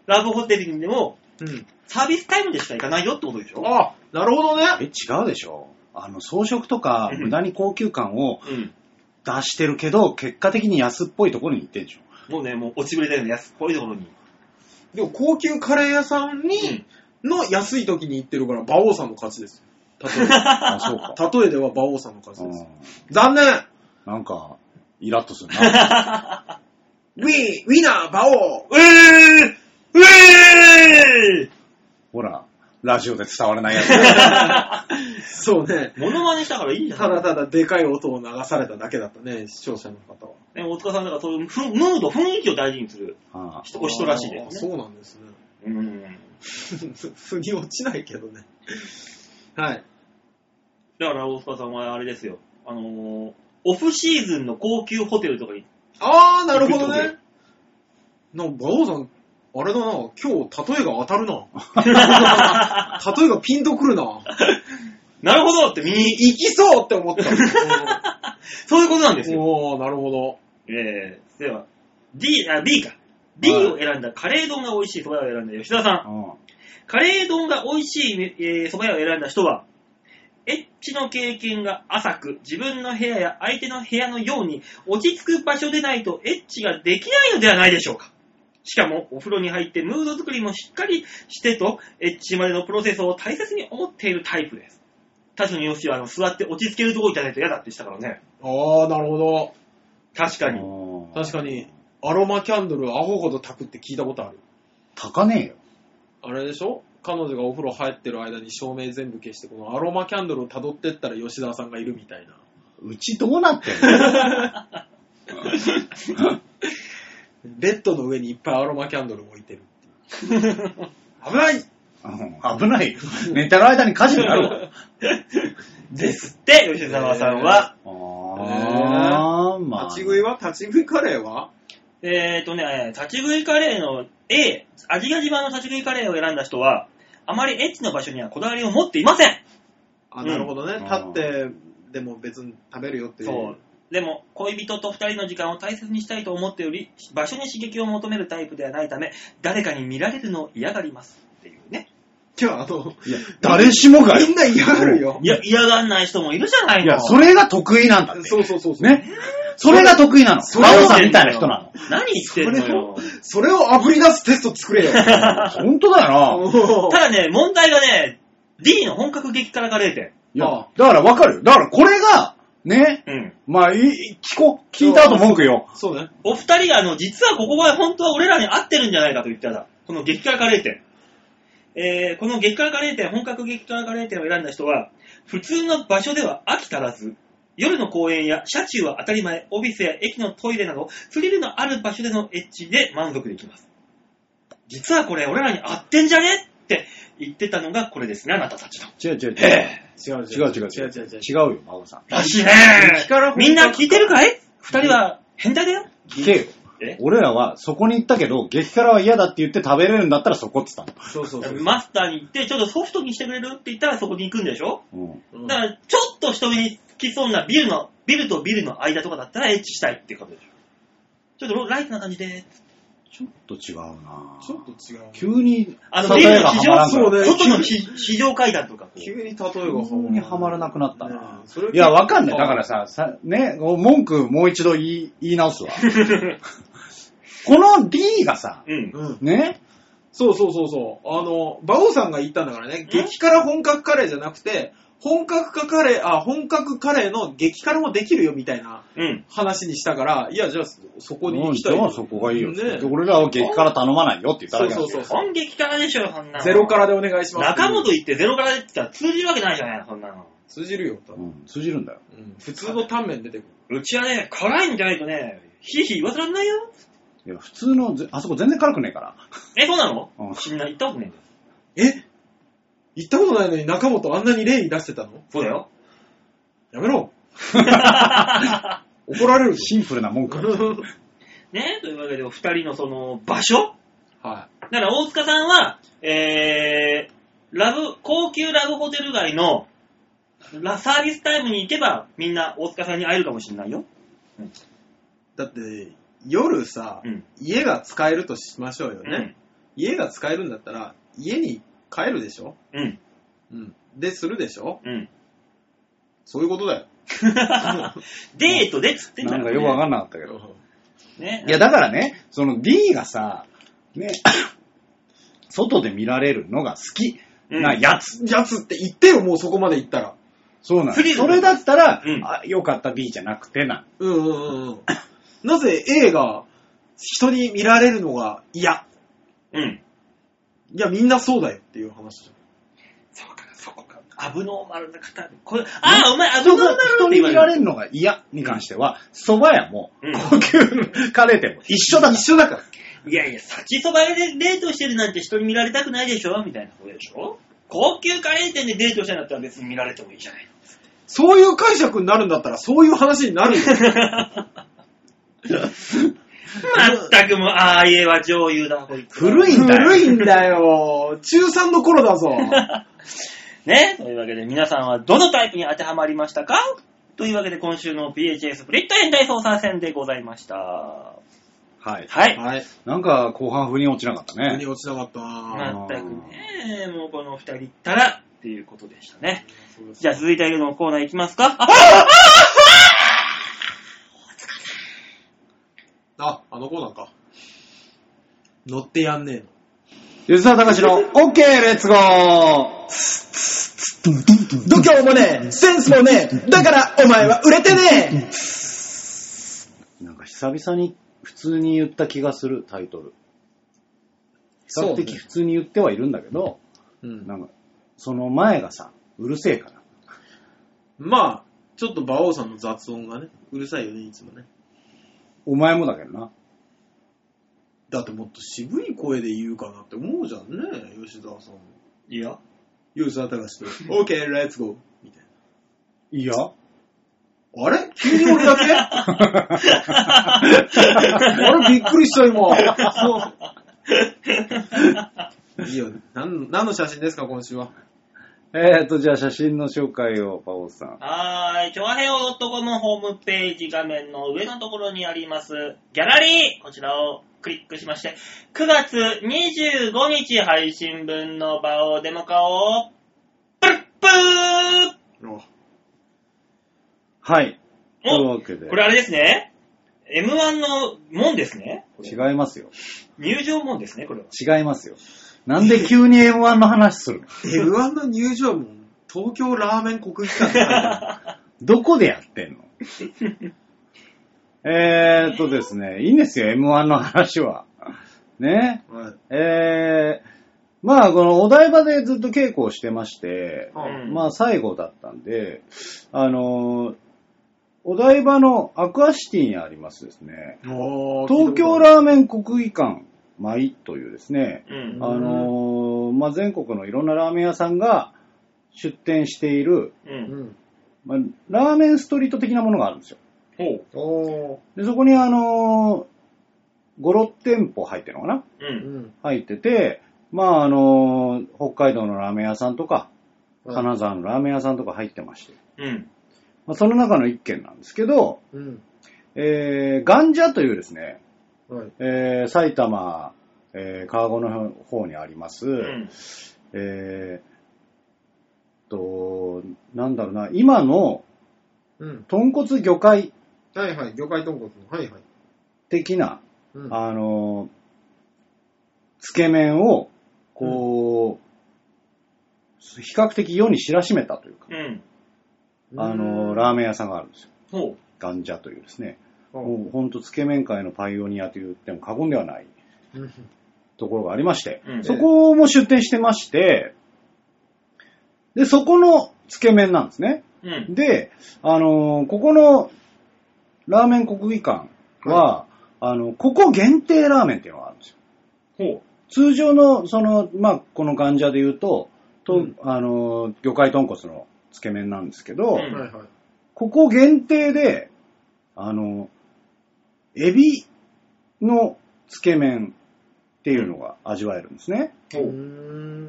ラブホテルにでも、 うん、 サービスタイムでしか行かないよってことでしょ？ あ、なるほどね。 え、違うでしょ。あの、装飾とか、無駄に高級感を出してるけど、結果的に安っぽいところに行ってんでしょ。 もうね、もう落ちぶれだよね、安っぽいところに。 でも、高級カレー屋さんに、うん、の安い時に行ってるから、馬王さんの勝ちですよ。例えあ、そうか。例えでは馬王さんの勝ちです。残念。 なんか、イラッとするな。 ウィー、ウィナー、馬王。 うえーうえーほら、ラジオで伝わらないやつ。そうね。 モノマネしたからいいじゃん。 ただただでかい音を流されただけだったね、視聴者の方は。 ね、大塚さんだからそういうムード、雰囲気を大事にする人、お人らしいですね。そうなんですね。 うん。 腑に落ちないけどね。はい。 だから大塚さんはあれですよ。あのー、オフシーズンの高級ホテルとかに。 あー、なるほどね。なんか、馬王さん、あれだな、今日、例えが当たるな。例えがピンとくるな。 なるほどって見に行きそうって思った。 そういうことなんですよ。 おー、なるほど。 えー、では、D、あ、B か。B を選んだカレー丼が美味しい蕎麦屋を選んだ吉田さん。カレー丼が美味しい、えー、蕎麦屋を選んだ人は、エッチの経験が浅く、自分の部屋や相手の部屋のように落ち着く場所でないとエッチができないのではないでしょうか。しかも、お風呂に入ってムード作りもしっかりしてと、エッチまでのプロセスを大切に思っているタイプです。確かにヨッシーはあの座って落ち着けるところじゃないと嫌だって言ったからね。 あー、なるほど。 確かに。 確かに、アロマキャンドルアホほど炊くって聞いたことある。 炊かねえよ。 あれでしょ？彼女がお風呂入ってる間に照明全部消して、このアロマキャンドルを辿ってったら吉沢さんがいるみたいな。 うちどうなってんのベッドの上にいっぱいアロマキャンドルを置いてるっていう。危ない、 うん、危ない。寝てる間に火事になるわ。 ですって、吉沢さんは。 あー、まあ。立ち食いは立ち食いカレーはえーとね、立ち食いカレーの A、味が自慢の立ち食いカレーを選んだ人は、あまりエッチな場所にはこだわりを持っていません。 あ、なるほどね。うん、立ってでも別に食べるよっていう。 そう。でも、恋人と二人の時間を大切にしたいと思っており、場所に刺激を求めるタイプではないため、誰かに見られるのを嫌がります。っていうね。 いや、あの、 いや、誰しもがみんな嫌がるよ。 いや、嫌がんない人もいるじゃないの。 いや、それが得意なんだって。 そうそうそうそう。 ね。それが得意なの。馬王さんみたいな人なの。 何言ってんのよ。 それを炙り出すテスト作れよ。 本当だよな。ただね、問題がね、D の本格激辛カレー店。 いや、だからわかる。だからこれが、ね。うん。まあ、い聞こ、聞いた後文句よ。 そうね。お二人が、あの、実はここが本当は俺らに合ってるんじゃないかと言ったら、この激辛カレー店。えー、この激辛カレー店、本格激辛カレー店を選んだ人は、普通の場所では飽き足らず、夜の公園や車中は当たり前、オフィスや駅のトイレなど、スリルのある場所でのエッチで満足できます。実はこれ、俺らに合ってんじゃねって言ってたのがこれですね、あなたたちの。 違う違う違う。 違う違う違う違う違う。違う違うよ、馬王さん。 らしいね。みんな聞いてるかい？二人は変態だよ。 聞けよ。俺らはそこに行ったけど、激辛は嫌だって言って食べれるんだったらそこって言ったの。 そうそうそう。マスターに行って、ちょっとソフトにしてくれるって言ったらそこに行くんでしょ？うん。だから、ちょっと人目につきそうなビルの、ビルとビルの間とかだったらエッチしたいっていうことでしょ。ちょっとライトな感じで。 ちょっと違うなちょっと違う。 急に、 あの、ビルの非常、そうね、外の非常階段とか。 急に例えが急にはまらなくなったな、ね、いや、わかんない。だからさ、さね、文句もう一度言い、言い直すわ。この D がさ、うん、ね。 そうそうそうそう。あの、馬王さんが言ったんだからね、激辛本格カレーじゃなくて、本格カレー、あ、本格カレーの激辛もできるよみたいな話にしたから、うん、いや、じゃあそこに行きたい。 じゃあそこがいいよ、ね。俺らは激辛頼まないよって言ったらそうそうそう。本激辛でしょ、そんなの。 ゼロ辛でお願いします。 中本行ってゼロ辛でって言ったら通じるわけないじゃない、そんなの。 通じるよ、 多分。うん、通じるんだよ。 うん、普通のタンメン出てくる。うちはね、辛いんじゃないとね、ひいひい言わせらんないよ。 いや、普通の、あそこ全然辛くねえから。 え、そうなの？うん。みんな行ったことねえんだよ。え行ったことないのに中本あんなに例に出してたの？ そうだよ。 やめろ。怒られる。 シンプルな文句。 ね、というわけで、お二人のその場所？ はい。 だから大塚さんは、えー、ラブ、高級ラブホテル街のラサービスタイムに行けば、みんな大塚さんに会えるかもしれないよ。うん、 だって、夜さ、うん、家が使えるとしましょうよね。 家が使えるんだったら、家に帰るでしょ？ うん。 うん。で、するでしょ？ うん。 そういうことだよ。 デートでっつってんだなんかよくわかんなかったけど。 ね。 いや、だからね、その D がさ、ね、外で見られるのが好きなやつ。 うん、やつって言ってよ、もうそこまで言ったら。 そうなんです。それだったら、 うん、 あ、よかった B じゃなくてな。 うんうんうんうん。なぜ A が人に見られるのが嫌？ うん。 いや、みんなそうだよっていう話じゃん。 そうか、そこか。アブノーマルな方。これ、ああ、お前アブノーマル人に見られるのが嫌に関しては、蕎麦屋も、高級カレー店も一緒だ。 一緒だから。 いやいや、先そば屋でデートしてるなんて人に見られたくないでしょみたいなことでしょ？高級カレー店でデートしたんだったら別に見られてもいいじゃない。 そういう解釈になるんだったら、そういう話になるよ。 まったくもう、ああ、家は上優だ、こいつ。 古いんだよ。 古いんだよ。中さんの頃だぞ。 ね。というわけで皆さんはどのタイプに当てはまりましたか？というわけで今週の ピーエイチエス プリット変態操作戦でございました。 はい。 はい。 はい。 なんか後半風に落ちなかったね。 風に落ちなかったなまったくね、もうこの二人ったらっていうことでしたね。じゃあ続いてのコーナーいきますか。ああ、あのコーナーか。乗ってやんねえの。 吉沢隆の OK レッツゴー。 度胸もねえ、センスもねえ、だからお前は売れてねえ。なんか久々に普通に言った気がするタイトル。比較的普通に言ってはいるんだけど、うん、なんかその前がさ、うるせえから。 まあ、ちょっと馬王さんの雑音がね、うるさいよね、いつもね。 お前もだけどな。 だってもっと渋い声で言うかなって思うじゃんね、吉沢さん。 いや。 吉沢隆と、OK, let's go! みたいな。 いや。 あれ急に俺だけあれびっくりした今。そう。いいよ。なん、何の写真ですか、今週は。 えーと、じゃあ写真の紹介を、パオさん。 はーい。チョアヘオ .com ホームページ画面の上のところにあります、ギャラリーこちらをクリックしまして、くがつにじゅうごにち配信分の場をデモ化を、プルップーはい。というわけで。 これあれですね。エムワン の門ですね。 違いますよ。 入場門ですね、これは。 違いますよ。なんで急に エムワン の話するの？ エムワン の入場門、東京ラーメン国技館どこでやってんの？えーっとですね、いいんですよ、エムワン の話は。ね。はい、えー、まあ、このお台場でずっと稽古をしてまして、うん、まあ、最後だったんで、あのー、お台場のアクアシティにありますですね、東京ラーメン国技館舞というですね、うん、あのー、まあ、全国のいろんなラーメン屋さんが出店している、うんまあ、ラーメンストリート的なものがあるんですよ。おでそこにあのー、ご、ろく店舗入ってるのかな、うん、入ってて、まああのー、北海道のラーメン屋さんとか、金沢のラーメン屋さんとか入ってまして、うんまあ、その中の一軒なんですけど、うんえー、ガンジャというですね、はいえー、埼玉、えー、川越の方にあります、うんえー、と、なんだろうな、今の、うん、豚骨魚介はいはい、魚介豚骨の、はいはい。 的な、うん、あの、つけ麺を、こう、うん、比較的世に知らしめたというか、うん、あの、ラーメン屋さんがあるんですよ。ガンジャというですね、もうほんとつけ麺界のパイオニアと言っても過言ではないところがありまして、うん、そこも出店してまして、で、そこのつけ麺なんですね。うん、で、あの、ここのラーメン国技館は、はい、あの、ここ限定ラーメンっていうのがあるんですよ。ほう通常の、その、まあ、このガンジャで言うと、と、うん、あの、魚介豚骨のつけ麺なんですけど、うんはいはい、ここ限定で、あの、エビのつけ麺っていうのが味わえるんですね。うん、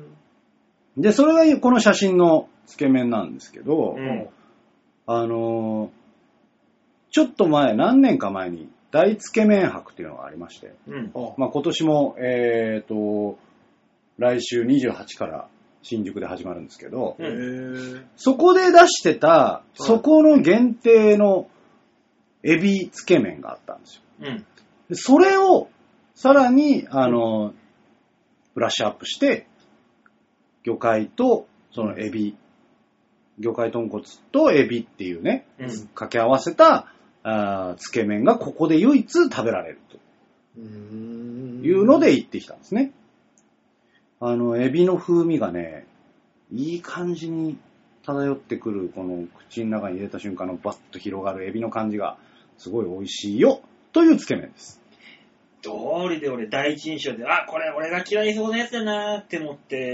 で、それがこの写真のつけ麺なんですけど、うん、あの、ちょっと前、何年か前に大つけ麺博っていうのがありまして、 うん、 まあ、今年も、えーと、来週にじゅうはちから新宿で始まるんですけど、 うん、 そこで出してた、そこの限定のエビつけ麺があったんですよ。 うん、 でそれをさらに、あの、ブラッシュアップして、魚介とそのエビ、魚介豚骨とエビっていうね、うん、掛け合わせたあつけ麺がここで唯一食べられるというので行ってきたんですね。あの、エビの風味がね、いい感じに漂ってくる、この口の中に入れた瞬間のバッと広がるエビの感じがすごい美味しいよというつけ麺です。 どうりで俺第一印象で、あ、これ俺が嫌いそうなやつだなーって思って、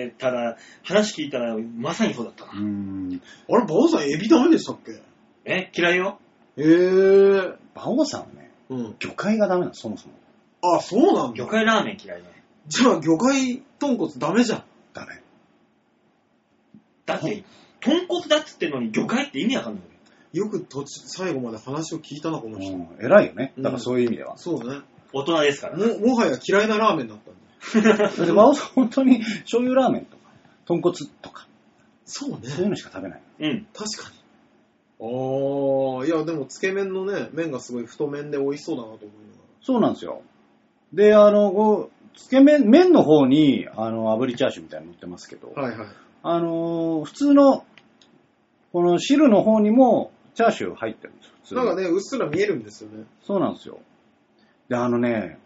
ただ話聞いたらまさにそうだったな。 うーん。あれ、バオさんエビダメでしたっけ？ え、嫌いよ。 えー。 バオさんはね、 うん、 魚介がダメなの、そもそも。 あ、そうなんだ。 魚介ラーメン嫌いね。 じゃあ魚介豚骨ダメじゃん。 ダメ。 だって、豚骨だっつってんのに魚介って意味わかんない。 よく途中、最後まで話を聞いたな、この人。うん、 偉いよね。だからそういう意味では。 うん、そうね。 大人ですから、 ね。も、もはや嫌いなラーメンだったんだ。 で、バオさん本当に醤油ラーメンとか、豚骨とか。 そうね。 そういうのしか食べない。 うん。 確かに。ああ、いや、でも、つけ麺のね、麺がすごい太麺で美味しそうだなと思いながら。 そうなんですよ。で、あの、こう、つけ麺、麺の方に、あの、炙りチャーシューみたいなの乗ってますけど、 はいはい。 あの、普通の、この汁の方にも、チャーシュー入ってるんですよ。普通なんかね、うっすら見えるんですよね。 そうなんですよ。で、あのね、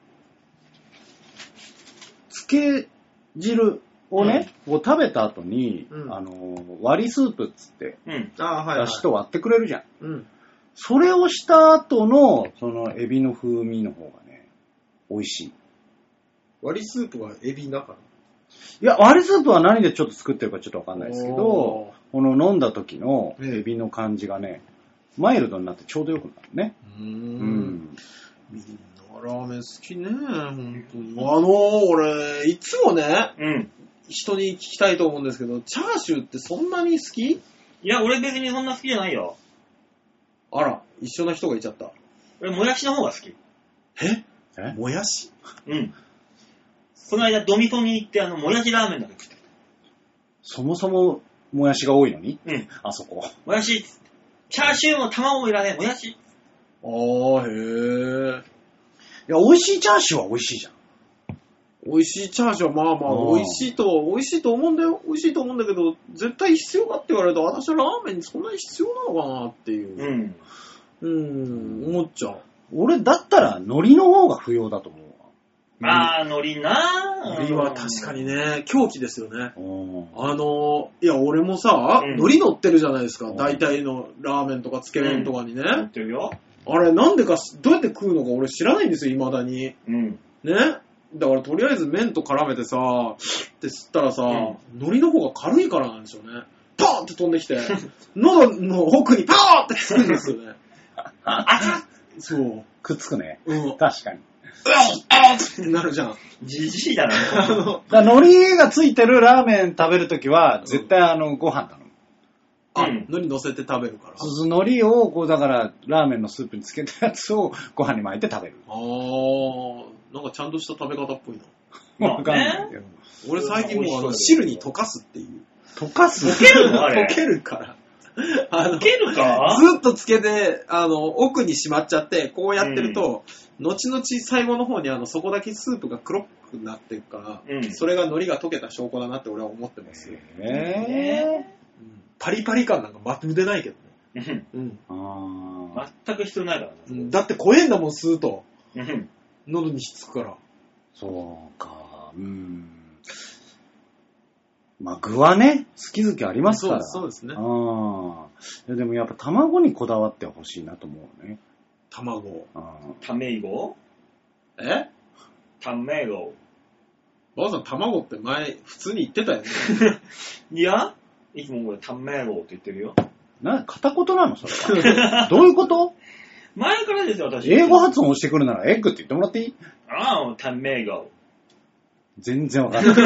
つけ汁をね、うん、を食べた後に、うん、あの、割りスープっつって、 うん、 あはいはい、 だしと割ってくれるじゃん。 うん。 それをした後の、その、エビの風味の方がね、美味しい。 割りスープはエビだから？ いや、割りスープは何でちょっと作ってるかちょっとわかんないですけど、この飲んだ時のエビの感じがね、マイルドになってちょうどよくなるね。 うーん。うん、みんなラーメン好きね、本当に。あのー、俺、いつもね、 うん、 人に聞きたいと思うんですけど、チャーシューってそんなに好き？いや、俺別にそんな好きじゃないよ。 あら、一緒な人がいちゃった。 俺、もやしの方が好き。 え？ え？ もやし？ うん。この間、ドミトに行って、あの、もやしラーメンだけ食ってきた。 そもそも、もやしが多いのに？ うん。 あそこ。 もやし、チャーシューも卵もいらねえ、もやし。 あー、へー。 いや、美味しいチャーシューは美味しいじゃん。 美味しいチャーシューはまあまあ、美味しいと、美味しいと思うんだよ。美味しいと思うんだけど、絶対必要かって言われると、私はラーメンにそんなに必要なのかなっていう。 うん。 うーん、思っちゃう。 俺だったら、海苔の方が不要だと思う。 あー、海苔なー。海苔は確かにね、狂気ですよね。 あの、いや、俺もさ、うん、海苔乗ってるじゃないですか。大体のラーメンとかつけ麺とかにね。乗ってるよ。 あれ、なんでか、どうやって食うのか俺知らないんですよ、未だに。 うん。 ね。だからとりあえず麺と絡めてさ、って吸ったらさ、うん、海苔の方が軽いからなんでしょうね。パーンって飛んできて、喉の奥にパーンってつくんですよね。 あそう。 くっつくね。 うん。 確かに。 うわっってなるじゃん。 じじいだな。 だ海苔がついてるラーメン食べるときは、絶対あの、ご飯頼む。 あ、うん、海苔乗せて食べるから。 そうそう、海苔を、こう、だから、ラーメンのスープにつけたやつをご飯に巻いて食べる。 あー、なんかちゃんとした食べ方っぽいな。わかんないけど。 俺最近もうあの、汁に溶かすっていう。 溶かす？ 溶けるのあれ？ 溶けるから。 あの、溶けるか？ ずっとつけて、あの、奥にしまっちゃって、こうやってると、うん、後々最後の方にあの、そこだけスープが黒くなってるから、うん、それが海苔が溶けた証拠だなって俺は思ってますよ。 へぇー。 パリパリ感なんかまるでないけどね。 うん。 あ全く必要ないからね、 うん。だって怖えんだもん、吸うと。 うん。 喉にひっつくから。 そうか。うん。まあ、具はね、好き好きありますから。 そうですね。 ああ。でもやっぱ卵にこだわってほしいなと思うね。 卵。 ためいご？ え？ ためいご。 ばあさん、卵って前、普通に言ってたよね。 いや、いつも俺、ためいごって言ってるよ。 な、片言なのそれは。どういうこと？ 前からですよ、私。 英語発音してくるなら、エッグって言ってもらっていい？ ああ、ためいご。 全然わかんない。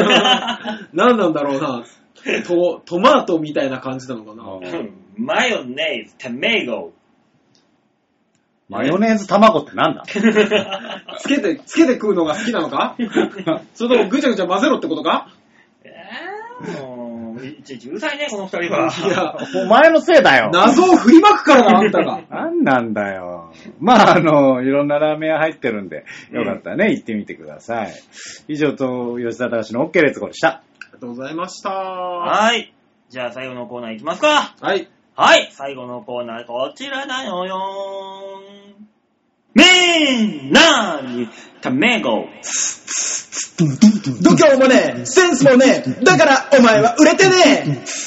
何なんだろうな。ト、トマトみたいな感じなのかな。 マヨネーズ、タメイゴ。 マヨネーズ卵ってなんだつけて、つけて食うのが好きなのかそれともぐちゃぐちゃ混ぜろってことかえー、もう、いちいちうるさいね、この二人は。 いや、 お前のせいだよ。 謎を振りまくからな、あんたが。 なんなんだよ。まあ、あの、いろんなラーメン屋入ってるんで、よかったらね、うん、行ってみてください。以上と、吉田隆の OK レッツゴーでした。 ありがとうございました。 はい。じゃあ最後のコーナーいきますか。 はい。 はい。最後のコーナー、こちらだよよーん。みんなに、ためご。 度胸もねえ、センスもねえ、だからお前は売れてねえ。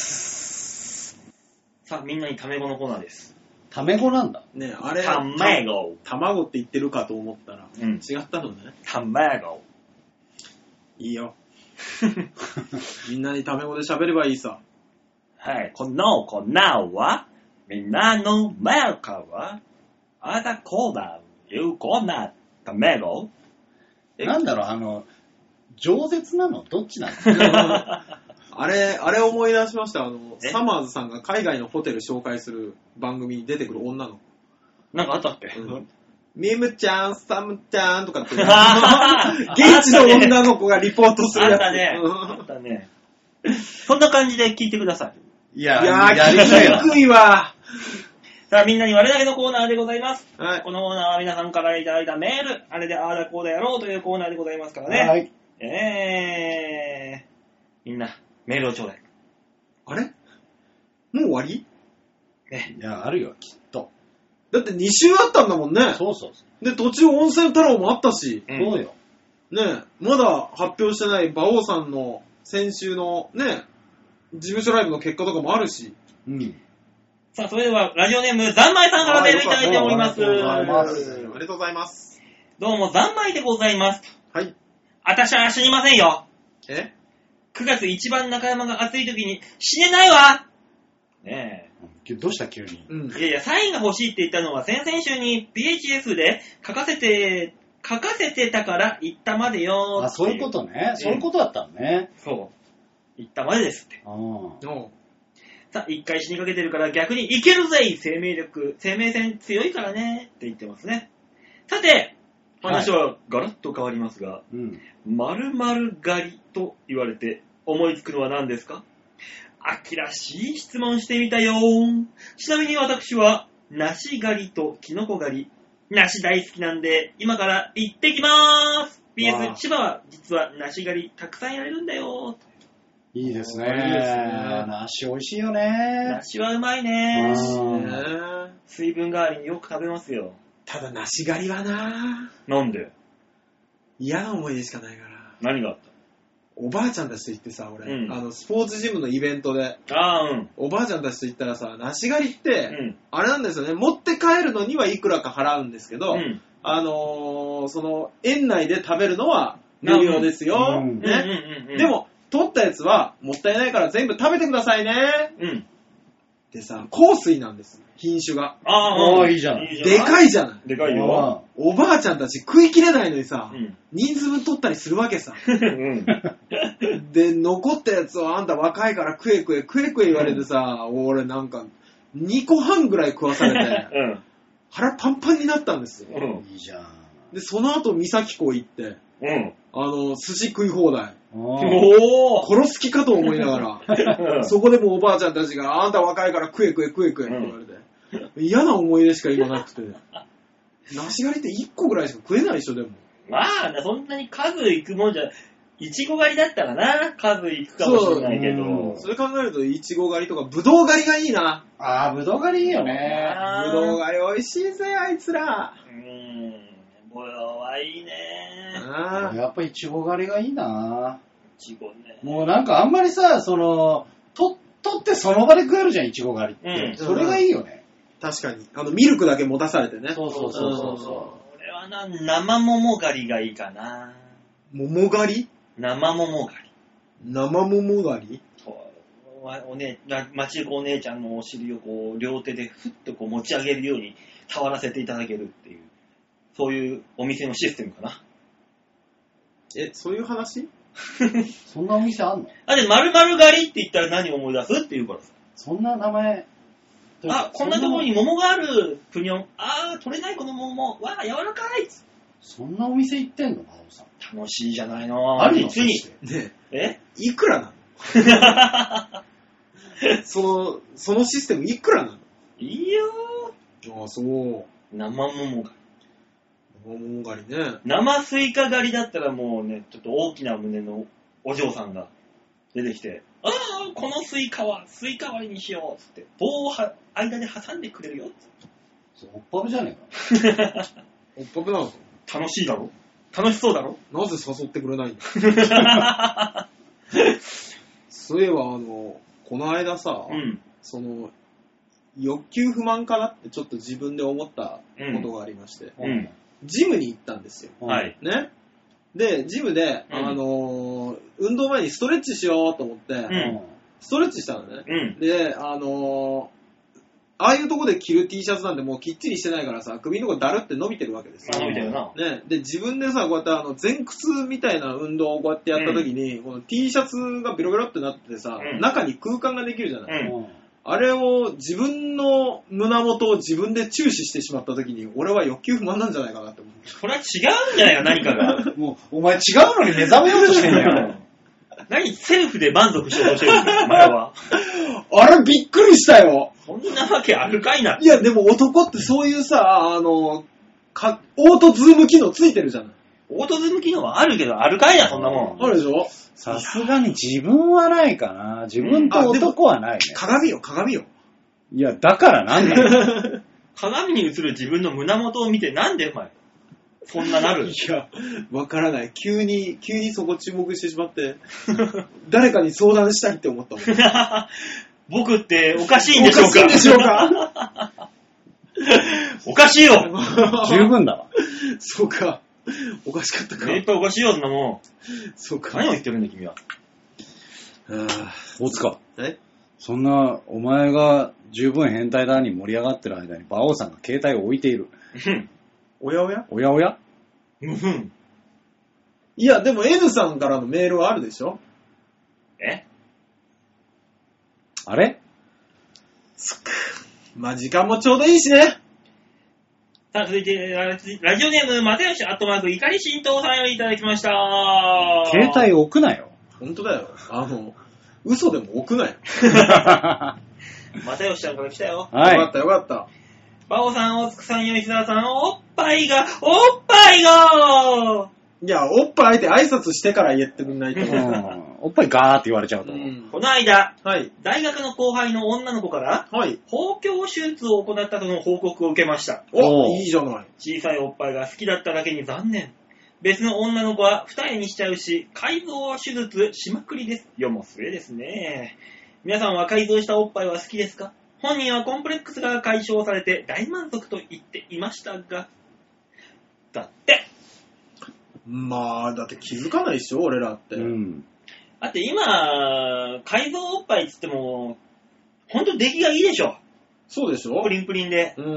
さあ、みんなにためごのコーナーです。 ためごなんだ。 ねえ、あれ、 ためご。 卵って言ってるかと思ったら、うん、違ったのね。 ためご。 いいよ。みんなにためごで喋ればいいさ。 はい、このコーナーは、みんなの前からあだコーナー、いうコーナー、ためご。 なんだろう、あの、饒舌なのどっちなのあれ、あれ思い出しました。あの、サマーズさんが海外のホテル紹介する番組に出てくる女の子。 なんかあったっけ、うん、 ミムちゃん、サムちゃんとかって。現地の女の子がリポートするやつ。 あったね。あったね。そんな感じで聞いてください。いや、いやー、やりにくいわ。 さあ、みんなに我だけのコーナーでございます。 はい。 このコーナーは皆さんからいただいたメール、あれでああだこうだやろうというコーナーでございますからね。 はい。 えー、みんな、メールをちょうだい。 あれもう終わりね。いや、あるよ、きっと。 だってに週あったんだもんね。 そうそうそう。 で、途中温泉太郎もあったし。 うん、そうよ。 ね、まだ発表してない馬王さんの先週のね、事務所ライブの結果とかもあるし。 うん。 さあ、それでは、ラジオネーム、ざんまいさんからメールいただいております。 ありがとうございます。ありがとうございます。 どうも、ざんまいでございます。 はい。 あたしは死にませんよ。 え ? くがつ一番中山が暑い時に、死ねないわねえ。どうした急に、 うん、いやいや、サインが欲しいって言ったのは、先々週に ピーエイチエス で書かせて、書かせてたから言ったまでよ。 あ、そういうことね。そういうことだったのね。 そう。言ったまでですって。 ああ。さあ、一回死にかけてるから逆にいけるぜ生命力、生命線強いからねって言ってますね。さて、話はガラッと変わりますが、〇〇狩りと言われて思いつくのは何ですか？秋らしい質問してみたよ。ちなみに私は、梨狩りとキノコ狩り。梨大好きなんで、今から行ってきまーす。ピーエス 千葉は実は梨狩りたくさんやれるんだよ。 いいですね。 いいですね。 梨美味しいよね。 梨はうまいね。水分代わりによく食べますよ。 ただ梨狩りはなぁ。なんで？ 嫌な思い出しかないから。 何があった？ おばあちゃんたちと行ってさ、俺、 うん、 あの、スポーツジムのイベントで、 あうん、 おばあちゃんたちと行ったらさ、梨狩りって、 うん、 あれなんですよね、持って帰るのにはいくらか払うんですけど、 うん、 あのー、その、園内で食べるのは無料ですよ。 うんね、 うんうんうん。 でも、取ったやつはもったいないから全部食べてくださいね。 うん。 でさ、香水なんです。品種が。 ああ、いいじゃん。 でかいじゃない。 でかいよ。 おばあちゃんたち食い切れないのにさ、 うん、 人数分取ったりするわけさ。 うん、 で、残ったやつをあんた若いから食え食え食え食え言われてさ、うん、俺なんかにこはんぐらい食わされて、 うん、 腹パンパンになったんですよ。 うん、 いいじゃん。 で、その後三崎港行って、 うん、 あの、寿司食い放題。 お殺す気かと思いながら、そこでもおばあちゃんたちが、あんた若いから食え食え食え食えって言われて、うん、嫌な思い出しか今なくて。梨狩りっていっこぐらいしか食えないでしょ、でも。 まあ、そんなに数いくもんじゃ、いちご狩りだったらな、数いくかもしれないけど。 それ考えると、いちご狩りとか、ぶどう狩りがいいな。 ああ、ぶどう狩りいいよね。 ぶどう狩り美味しいぜ、あいつら。 うーん、ぶどうはいいね。 あやっぱいちご狩りがいいな。 いちごね。 もうなんかあんまりさ、その、と、取ってその場で食えるじゃん、いちご狩りって。うん、それがいいよね。 確かに。あの、ミルクだけ持たされてね。 そうそうそうそうそう。 俺はな、生桃狩りがいいかな。 桃狩り？ 生桃狩り。 生桃狩り？ そう。おね、町行くお姉ちゃんのお尻をこう、両手でふっとこう持ち上げるように触らせていただけるっていう、そういうお店のシステムかな。 え、そういう話？ そんなお店あんの？ あ、で、〇〇狩りって言ったら何を思い出すって言うからさ。 そんな名前、 あ、こんなところに桃がある、ぷにょん。あー、取れないこの桃。わー、柔らかい。 そんなお店行ってんの馬王さん。 楽しいじゃないの。 あるの実に。 ねえいくらなのその、そのシステムいくらなのいいよー。ああ、そう。 生桃が。 生桃狩りね。 生スイカ狩りだったらもうね、ちょっと大きな胸のお嬢さんが出てきて、ああ、このスイカはスイカ割りにしようっつって、棒をは間で挟んでくれるよっつって。 それおっぱぶじゃねえか。 おっぱぶなの楽しいだろ楽しそうだろなぜ誘ってくれないんだそういえば、あの、この間さ、 うん、 その、欲求不満かなってちょっと自分で思ったことがありまして、 うん、 ジムに行ったんですよ。 はい。 ね。で、ジムで、うん、あのー、運動前にストレッチしようと思って、うん、ストレッチしたのね。 うん、 で、あのー、ああいうとこで着る T シャツなんてもうきっちりしてないからさ、首のとこだるって伸びてるわけですよ。 伸びてるな。 ね。で、自分でさ、こうやってあの前屈みたいな運動をこうやってやった時に、うん、この T シャツがベロベロってなっててさ、うん、中に空間ができるじゃない、うん、あれを自分の胸元を自分で注視してしまった時に、俺は欲求不満なんじゃないかなって思う。 これは違うんじゃないか、何かが。 もう、お前違うのに目覚めようとしてんだよ。 何セルフで満足しようとしてるんだよ、お前は。 あれびっくりしたよ。 そんなわけあるかいな。 いや、でも男ってそういうさ、あの、かオートズーム機能ついてるじゃない。 オートズーム機能はあるけど、あるかいな、そんなもん。 あるでしょ。 さすがに自分はないかな。自分と男はないね。 鏡よ、鏡よ。 いや、だからなんだよ。 鏡に映る自分の胸元を見て、なんでお前、そんななる。 いや、わからない。急に、急にそこ注目してしまって、誰かに相談したいって思ったもん。 僕っておかしいんでしょうか。 おかしいんでしょうか。 おかしいよ。 十分だわ。 そうか。おかしかったか。 いっぱいおかしいよ、そんなもん。 そうか。 何を言ってるんだ、君は。 大塚。 えそんな、お前が十分変態だに盛り上がってる間に、馬王さんが携帯を置いている。 おやおやおやおやうんふん。 いや、でも N さんからのメールはあるでしょ。 えあれそっか。まあ時間もちょうどいいしね。 さあ、続いて、ラジオネーム、またよし、アットマーク、怒り浸透さんよりいただきました。 携帯置くなよ。 ほんとだよ。あの、嘘でも置くなよ。 またよしちゃんから来たよ。 はい。 よかったよかった。 バオさん、大津さん、吉沢さん、おっぱいが、おっぱいがいや、おっぱいって挨拶してから言ってくんないと。うん、 おっぱいガーって言われちゃうと。うん、 この間、 はい、 大学の後輩の女の子から、 はい、 包協手術を行ったとの報告を受けました。 お、いいじゃない。 小さいおっぱいが好きだっただけに残念。別の女の子は二重にしちゃうし、改造手術しまくりです。世も末ですね。皆さんは改造したおっぱいは好きですか？本人はコンプレックスが解消されて大満足と言っていましたが。だって。 まあ、だって気づかないでしょ、俺らって。うん。 だって今、改造おっぱいっつっても、ほんと出来がいいでしょ。 そうでしょ？ プリンプリンで。 うん。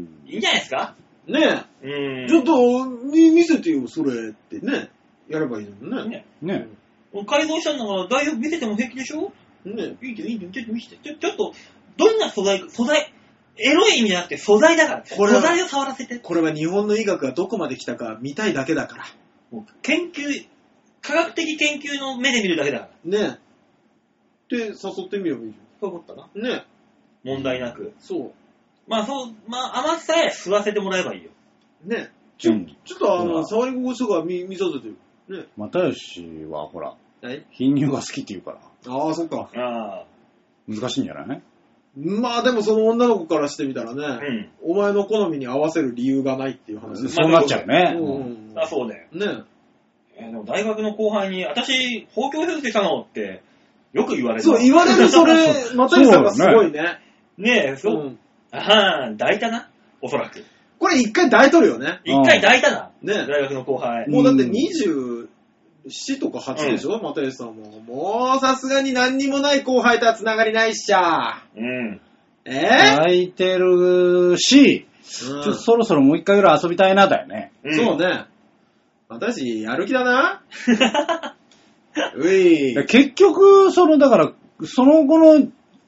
いいんじゃないですか？ ねえ。うん。ちょっと、見せてよ、それってね。やればいいのね。 ね。 ねえ。改造したんだから大丈夫見せても平気でしょ？ねえ。いいよ、いいよ、ちょっと見せて。ちょ、ちょっと、どんな素材、素材、エロい意味じゃなくて素材だから。これ素材を触らせて。 これは日本の医学がどこまで来たか見たいだけだから。 もう研究、科学的研究の目で見るだけだから。 ねえ。で、誘ってみればいいじゃん。 そう思ったな。 ねえ。 問題なく。 そう。 まあそう、まあ甘さえ吸わせてもらえばいいよ。 ねえ。ちょ、うん、ちょっとあの、触り心地とか見、見させてよ。ねえ。 又吉はほら、 はい、 貧乳が好きって言うから。 ああ、そっか。 ああ。 難しいんじゃない？ まあでもその女の子からしてみたらね、うん、お前の好みに合わせる理由がないっていう話です。 そうなっちゃうね。 うん、あ、そうだよ。 ねえ。でも大学の後輩に、私、包協手術したのって、よく言われる。 そう、言われる、それ、又吉さんがすごいね。 ねえ、そう。うん、ああ、抱いたな、おそらく。 これ一回抱いとるよね。 一回抱いたな。 ね大学の後輩。 もうだってにじゅうななとかはちでしょ、又吉さんも。もうさすがに何にもない後輩とは繋がりないっしゃ。 うん。 えー、 抱いてるし、うん、ちょっとそろそろもう一回ぐらい遊びたいなだよね。 うん、そうね。私、やる気だな。うい。 結局、その、だから、その後の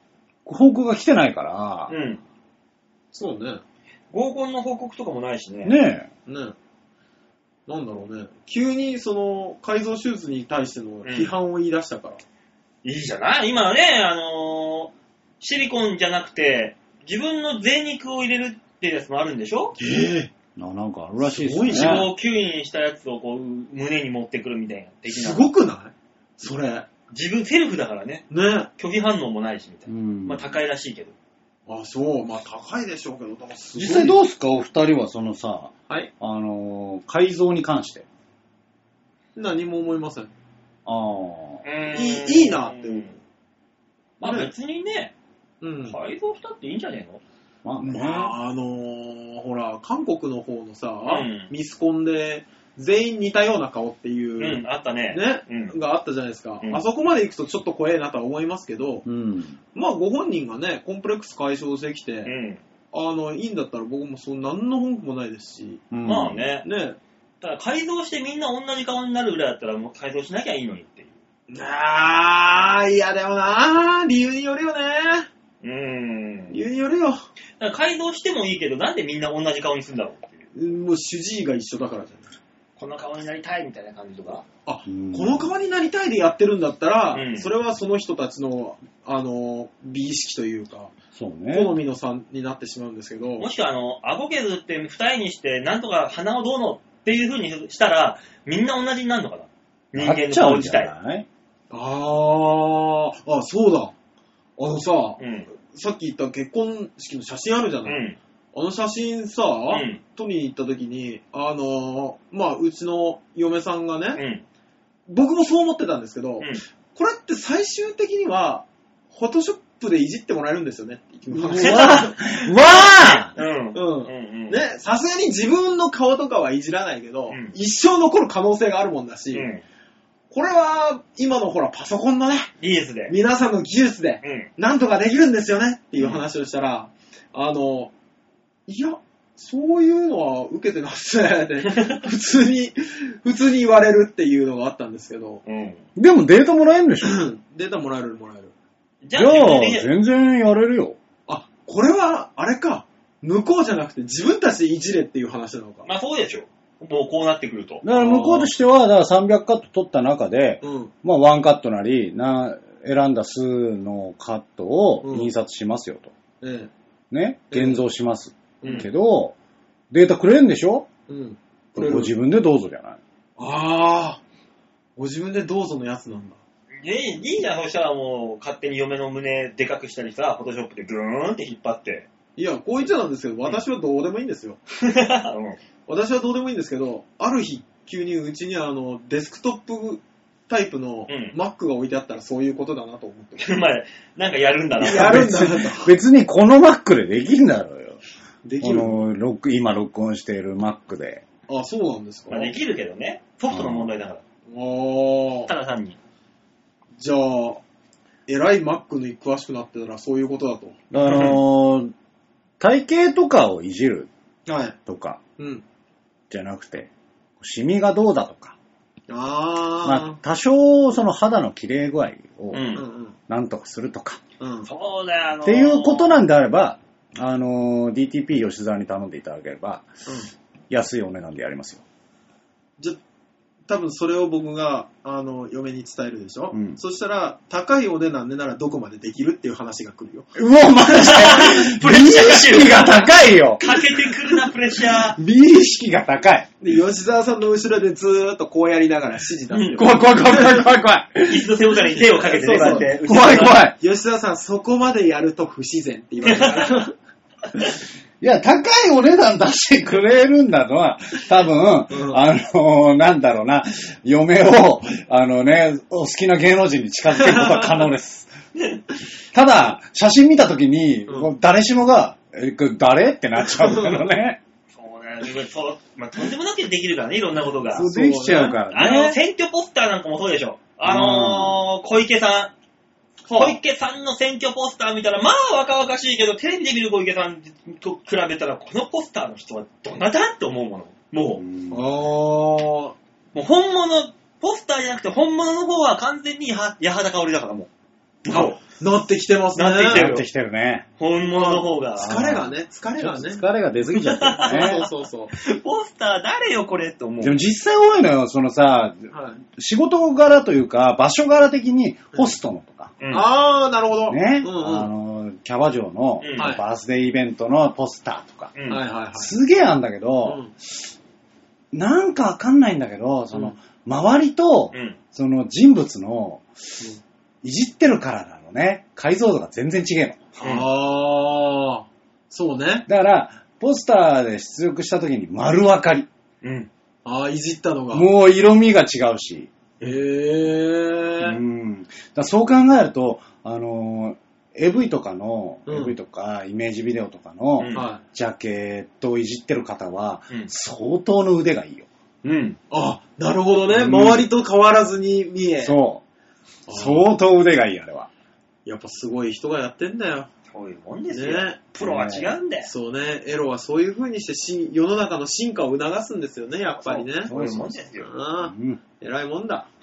報告が来てないから。 うん。 そうね。 合コンの報告とかもないしね。 ねえ。ねえ。なんだろうね。急にその改造手術に対しての批判を言い出したから。 うん、いいじゃない今ね、あのー、シリコンじゃなくて、自分の贅肉を入れるっていうやつもあるんでしょ？ ええー。なんかあるらしいですね。 すごい脂肪を吸引したやつをこう胸に持ってくるみたいな的な。 すごくないそれ。 自分セルフだからね。 ね。 拒否反応もないしみたいな。 うん、 まあ高いらしいけど。 あ、そう。まあ高いでしょうけど、すごい。 実際どうすかお二人はそのさ、 はい。 あのー、改造に関して。 何も思いません。ああ。 いい、いいなって思う。 まあ別にね、 うん、 改造したっていいんじゃねえの？ まあね。まあ、あのー、ほら、韓国の方のさ、 うん、 ミスコンで、全員似たような顔っていう、 うん、あったね。 ね、 うん、 があったじゃないですか、 うん。 あそこまで行くとちょっと怖えなとは思いますけど、 うん、 まあご本人がね、コンプレックス解消してきて、うん、あの、いいんだったら僕もそん何の文句もないですし。 うん、まあね。 ね。 ただ改造してみんな同じ顔になるぐらいだったらもう改造しなきゃいいのにっていう。 あー、いやでもなー、理由によるよねうーん。 理由によるよ。だから改造してもいいけど、なんでみんな同じ顔にするんだろうっていう。 もう主治医が一緒だからじゃない。 この顔になりたいみたいな感じとか。 あ、この顔になりたいでやってるんだったら、 うん、 それはその人たちの、あの、美意識というか、 そうね、 好みの差になってしまうんですけど。 もしくは、あの、顎削って二重にして、なんとか鼻をどうのっていう風にしたら、みんな同じになるのかな人間の顔自体。 あー、 あ、そうだ。あのさ、 うん、 さっき言った結婚式の写真あるじゃない、うん、あの写真さ、うん、撮りに行った時に、あのー、まあ、うちの嫁さんがね、うん、僕もそう思ってたんですけど、うん、これって最終的には、フォトショップでいじってもらえるんですよねって言って。 わあうん。うん。ね、さすがに自分の顔とかはいじらないけど、うん、一生残る可能性があるもんだし、うん、これは、今のほら、パソコンのね、 技術で。 皆さんの技術で、なんとかできるんですよねっていう話をしたら、うん、あの、いや、そういうのは受けてますねって、普通に、普通に言われるっていうのがあったんですけど。 うん、でもデータもらえるんでしょデータもらえる、もらえる。 じゃあ、全然やれるよ。 あ、これは、あれか。向こうじゃなくて自分たちでいじれっていう話なのか。 まあそうでしょ。もうこうなってくると。 だから向こうとしては、だからさんびゃくカット取った中で、うん、まあワンカットなり、な、選んだ数のカットを印刷しますよと。うん、ね、現像します。うん、けど、データくれるんでしょうん。これご自分でどうぞじゃない。 ああ、ご自分でどうぞのやつなんだ。 いい、いいじゃん、そしたらもう、勝手に嫁の胸でかくしたりさ、フォトショップでグーンって引っ張って。 いや、こう言っちゃなんですけど、私はどうでもいいんですよ。うん、私はどうでもいいんですけど、ある日、急にうちにあの、デスクトップタイプの Mac が置いてあったらそういうことだなと思って。 まあ、なんかやるんだな。 やるんだなと。 別にこの Mac でできんだろうよ。 できる。 このロック、今録音している Mac で。 あ、そうなんですか。 まあ、できるけどね。ソフトの問題だから。ああ。ただ単に。 じゃあ、えらい Mac に詳しくなってたらそういうことだと。 あのー、体型とかをいじるとか、はい、うん、じゃなくて、シミがどうだとか、 あまあ、多少その肌の綺麗具合をなんとかするとか、 うんうん、そうだよ、あのー、 っていうことなんであれば、あのー、ディーティーピー 吉沢に頼んでいただければ、うん、安いお値段でやりますよ。 じゃ多分それを僕があの嫁に伝えるでしょ、うん、そしたら高いお値段でならどこまでできるっていう話が来るよ。 うわマジでプレッシャー美意識が高いよ。 かけてくるなプレッシャー。 美意識が高い。 で吉沢さんの後ろでずーっとこうやりながら指示出すよ、 うん、怖い怖い怖い怖い怖い怖い。 椅子の背もたれに手をかけてね、そうやって怖い怖い。 吉沢さんそこまでやると不自然って言われたからいや、高いお値段出してくれるんだのは、多分、うん、あのー、なんだろうな、嫁を、あのね、お好きな芸能人に近づけることは可能です。ただ、写真見たときに、うん、誰しもが、え、これ誰ってなっちゃうからね。 そうね、そう、まあ、とんでもなくできるからね、いろんなことが。 そうできちゃうからね。 あの、選挙ポスターなんかもそうでしょ。あのー、小池さん。小池さんの選挙ポスター見たら、まあ若々しいけど、テレビで見る小池さんと比べたら、このポスターの人はどなたって思うもの。もう。 うあもう本物、ポスターじゃなくて本物の方は完全に八幡薫だからもう。 あ、なってきてますね。 なってきてるなってきてるね。 本物の方が。 疲れがね、疲れがね。 疲れが出すぎちゃってるね。 そうそうそう。 ポスター誰よこれって思う。 でも実際多いのよ、そのさ、はい、仕事柄というか、場所柄的にホストのとか。 うん、あー、なるほど。 ね。 うんうん、 あの、キャバ嬢のバースデーイベントのポスターとか。 うん、はいはいはい。 すげえあんだけど、うん、なんかわかんないんだけど、その、うん、周りと、うん、その人物の、いじってるからなのね。解像度が全然違えの。 ああ、そうね。 だから、ポスターで出力した時に丸分かり。 うん。ああ、いじったのが。 もう色味が違うし。 へえー。 うん。だそう考えると、あのー、エーブイ とかの、うん、エーブイ とかイメージビデオとかの、うん、ジャケットをいじってる方は、うん、相当の腕がいいよ。 うん。あ、なるほどね。うん、周りと変わらずに見え。 そう。相当腕がいい、あれは。 やっぱすごい人がやってんだよ。 そういうもんですよ。ね、プロは違うんだよ。 そうね。エロはそういう風にしてし世の中の進化を促すんですよね、やっぱりね。 そういうもんですよ。 ああ、うん、偉いもんだ。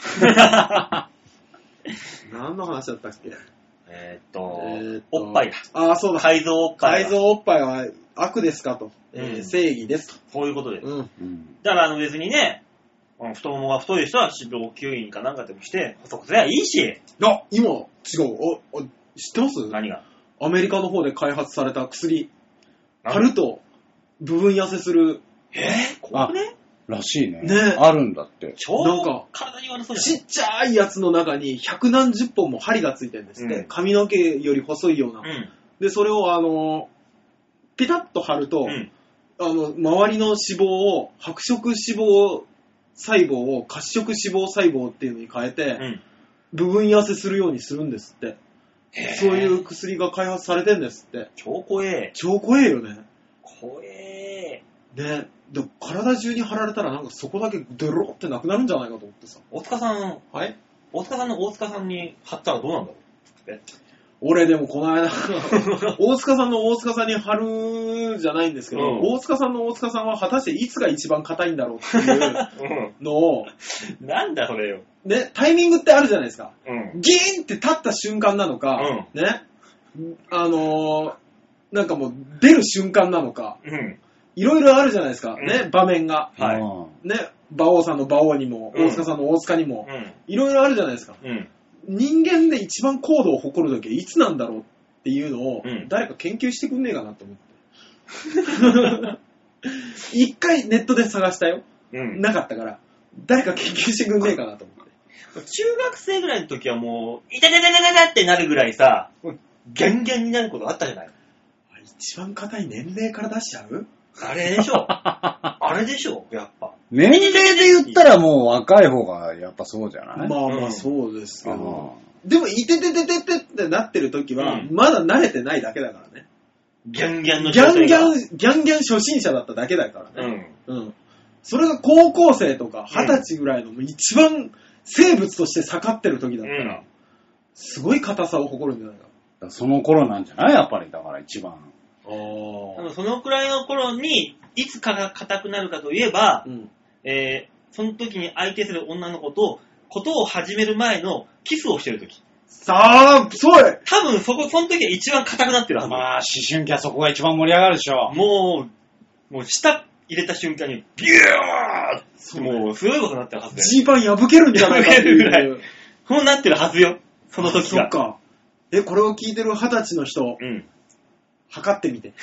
何の話だったっけ？ えー、っと、えー、っと、おっぱいだ。 ああ、そうだ。 改造おっぱい。 改造おっぱいは悪ですかと。うん、えー、正義ですと。 そういうことです。 うん。 だからあの別にね、太ももが太い人は脂肪吸引かなんかでもして細くすればいいし。 あ、今、違う。お、お、知ってます？ 何が？ アメリカの方で開発された薬。貼ると部分痩せする。 えー、これねらしいね。 ね。 あるんだって。 超なんか体に悪そうじゃん。ちっちゃいやつの中に百何十本も針がついてるんですって。うん、髪の毛より細いような。うん、で、それをあの、ピタッと貼ると、うん、あの、周りの脂肪を、白色脂肪細胞を褐色脂肪細胞っていうのに変えて、うん、部分痩せするようにするんですって。そういう薬が開発されてんですって。 超怖え。 超怖えよね。 怖え。 ね。でも体中に貼られたらなんかそこだけデロってなくなるんじゃないかと思ってさ。 大塚さん、 はい？ 大塚さんの大塚さんに貼ったらどうなんだろう？え俺でもこの間大塚さんの大塚さんに貼るじゃないんですけど、うん、大塚さんの大塚さんは果たしていつが一番硬いんだろうっていうのを、 うん、なんだそれよ。 ね、タイミングってあるじゃないですか。 うん、 ギーンって立った瞬間なのか、うん、ね、あのー、なんかもう出る瞬間なのか、いろいろあるじゃないですか、うん、ね、場面が。 はい、 ね、馬王さんの馬王にも、大塚さんの大塚にも、いろいろあるじゃないですか。うん人間で一番高度を誇るときはいつなんだろうっていうのを、誰か研究してくんねえかなと思って。一回ネットで探したよ。うん、なかったから。誰か研究してくんねえかなと思って。 中学生ぐらいの時はもう、いたたたたたたってなるぐらいさ、ギャンギャンになることあったじゃない。 一番硬い年齢から出しちゃう？ あれでしょ。あれでしょ、やっぱ。 年齢で言ったらもう若い方がやっぱそうじゃない？ まあまあそうですけど。でも、いてててててってなってる時は、まだ慣れてないだけだからね。 ギャンギャンのギャンギャン、ギャンギャン初心者だっただけだからね。うん。うん。それが高校生とか二十歳ぐらいの一番生物として盛ってる時だったら、すごい硬さを誇るんじゃないか。 その頃なんじゃないやっぱり、だから一番。 あそのくらいの頃にいつかが硬くなるかといえば、うんえー、その時に相手する女の子とことを始める前のキスをしてる時さあそう多分そこその時は一番硬くなってるはず。 まあ思春期はそこが一番盛り上がるでしょ。 もうもう舌入れた瞬間にビューッもうすごいことになってるはずだよ。 ジーパン破けるんじゃないかっていうぐらいそうなってるはずよその時が。 そっか。えこれを聞いてる二十歳の人、うん測ってみて。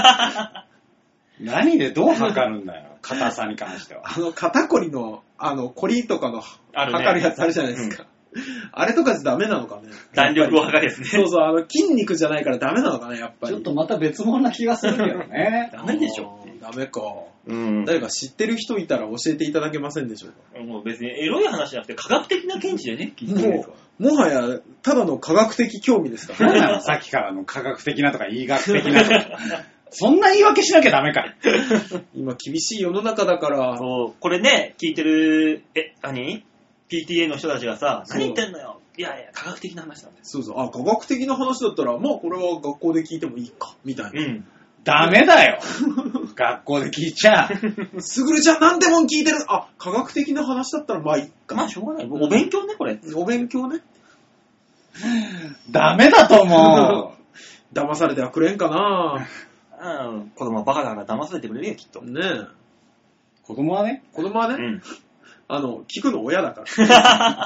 何でどう測るんだよ、硬さに関しては。 あの、肩こりの、あの、こりとかの、測るやつあるじゃないですか。うん、あれとかじゃダメなのかね。 弾力を測るですね。 そうそう、あの、筋肉じゃないからダメなのかね、やっぱり。 ちょっとまた別物な気がするけどね。 ダメでしょ。 ダメか。うん。誰か知ってる人いたら教えていただけませんでしょうか。 もう別にエロい話じゃなくて科学的な見地でね、聞いてる。 もはや、ただの科学的興味ですからね。何なのさっきからの科学的なとか医学的なとか。そんな言い訳しなきゃダメか。 今厳しい世の中だから。 そう、これね、聞いてる、え、何 ?ピーティーエー の人たちがさ、何言ってんのよ。いやいや、科学的な話なんだよ。 そうそう。あ、科学的な話だったら、まあこれは学校で聞いてもいいか、みたいな。うん。 ダメだよ。学校で聞いちゃ。 すぐるちゃん何でも聞いてる。あ、科学的な話だったらまあいいか。 まあしょうがない。お勉強ね、これ。 お勉強ね。 ダメだと思う。騙されてはくれんかな。 うん、子供はバカだから騙されてくれるよ、きっと。 ねえ。 子供はね。 子供はね、うん、あの、聞くの親だから。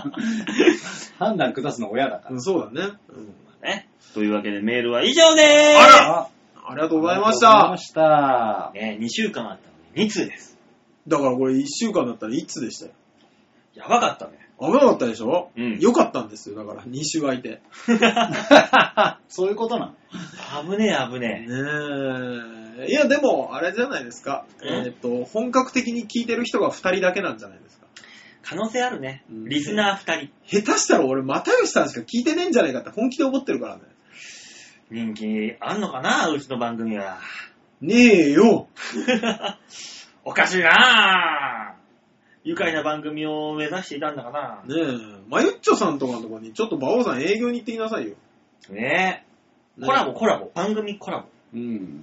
判断下すの親だから。 そうだね。 うん、ね。というわけでメールは以上でーす。 あらありがとうございました。 ありがとうございました。 ね、にしゅうかんあったのにに通です。 だからこれいっしゅうかんだったらいっつでしたよ。 やばかったね。 危なかったでしょ、うん、よかったんですよ。だからに週空いて。 そういうことなの？ 危ねえ危ねえ。ねえ。いやでもあれじゃないですか。えっと本格的に聞いてる人がふたりだけなんじゃないですか。 可能性あるね。リスナーふたり。 下手したら俺又吉さんしか聞いてねえんじゃないかって本気で思ってるからね。 人気あんのかなうちの番組は。 ねえよ。 おかしいなぁ。愉快な番組を目指していたんだかな。 ねえ、まゆっちょさんとかのとこにちょっと馬王さん営業に行ってきなさいよ。 ねえ。ねコラボコラボ。番組コラボ。 うん。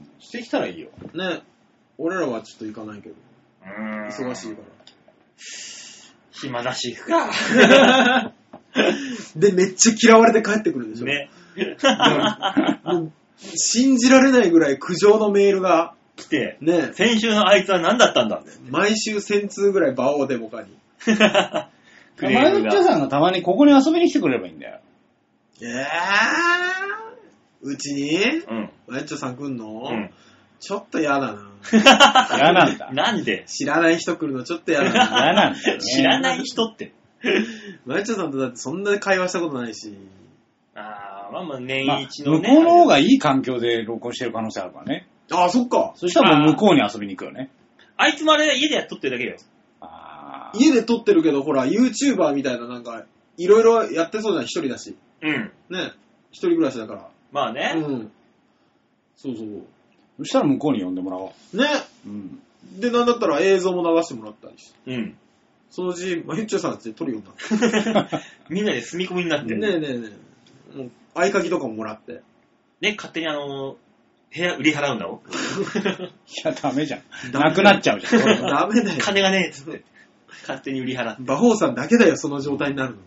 してきたらいいよ。 ねえ。俺らはちょっと行かないけど。うーん。忙しいから。 暇だし行くか。 で、めっちゃ嫌われて帰ってくるでしょ。ね。もう信じられないぐらい苦情のメールが。 来て、ね、先週のあいつは何だったんだ毎週せん通ぐらい馬王デモカに。 まゆっちょさんがたまにここに遊びに来てくれればいいんだよ。 えぇ、ー、うちにうん。まゆっちょさん来んの、うん、ちょっと嫌だな。 嫌なんだ。 なんで知らない人来るのちょっと嫌だな。 嫌なんだ、ね。 知らない人って。 まゆっちょさんとだってそんな会話したことないし。 あー、まあまあ年一のね、まあ。向こうの方がいい環境で録音してる可能性あるからね。 ああ、そっか。 そしたらもう向こうに遊びに行くよね。 あいつもあれ家で撮ってるだけよ。 あ家で撮ってるけど、ほら、YouTuber みたいななんか、いろいろやってそうじゃん、一人だし。うん。ね。一人暮らしだから。 まあね。 うん。そうそう。 そしたら向こうに呼んでもらおう。 ね。うん。で、なんだったら映像も流してもらったりして。うん。そのうち、まゆっちょさんって撮るようになって。 みんなで住み込みになって。 ねえねえねえ。もう、合鍵とかももらって。 ね、勝手にあのー、部屋売り払うんだろいや、ダメじゃん。なくなっちゃうじゃん。 ダメだよ。 金がねえっつって。勝手に売り払って。 馬王さんだけだよ、その状態になるの。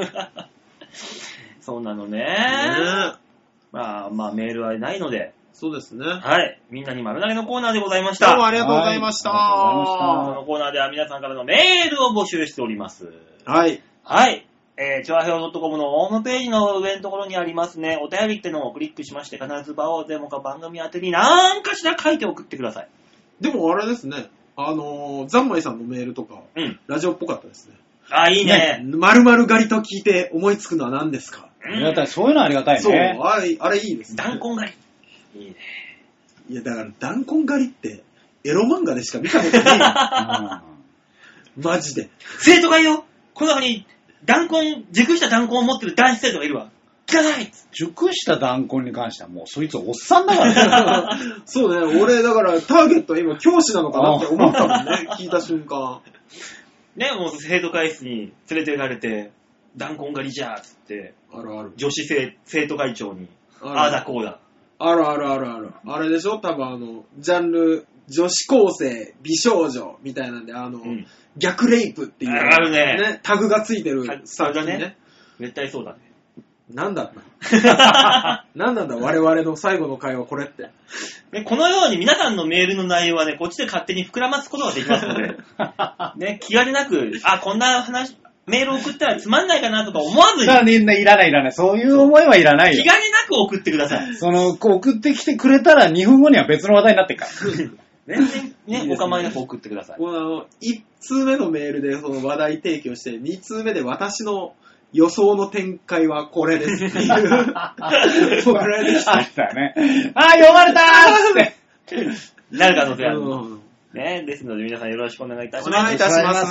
そうなのね。ねまあ、まあ、メールはないので。 そうですね。 はい。みんなに丸投げのコーナーでございました。 どうもありがとうございました。 このコーナーでは皆さんからのメールを募集しております。 はい。 はい。えー、チョアヘオ .com のホームページの上のところにありますね、お便りってのをクリックしまして、必ず場をデモか番組宛てに何かしら書いて送ってください。 でもあれですね、あのー、ザンマイさんのメールとか、うん、ラジオっぽかったですね。 あ、いいね。 丸々狩りと聞いて思いつくのは何ですか？ ありがたい。そういうのありがたいね。 そう、あれ、あれいいですね。 弾痕狩り。いいね。 いや、だから弾痕狩りって、エロ漫画でしか見たことない。マジで。 生徒会よ。この中に、弾痕、熟した弾痕を持ってる男子生徒がいるわ。聞かない。 熟した弾痕に関してはもうそいつおっさんだからね。そうね、俺だからターゲットは今教師なのかなって思ったもんね、聞いた瞬間。 ね、もう生徒会室に連れて行かれて、弾痕狩りじゃーっつって、 あるある。 女子生生徒会長に、ああだこうだ。 あるあるあるある。あれでしょ多分あの、ジャンル、女子高生、美少女みたいなんで、あの、うん、逆レイプっていう、ね、 あるね。 タグがついてる作品ね。ね絶対そうだね。 なんだったなんなんだ我々の最後の会話これって。 ね、このように皆さんのメールの内容はね、こっちで勝手に膨らますことができますので、ね、気兼ねなく、あ、こんな話、メール送ったらつまんないかなとか思わずに。 だからみんないらないいらない。そういう思いはいらないよ。 気兼ねなく送ってください。 その、送ってきてくれたらにふんごには別の話題になってるから。 全然ね、ねお構いなく送ってください。 このいち通目のメールでその話題提供して、に通目で私の予想の展開はこれですっていう。 送られてきた。あったね。あー、読まれたーって。 なる可能性ある。ね、ですので皆さんよろしくお願いいたします。 お願いいたします。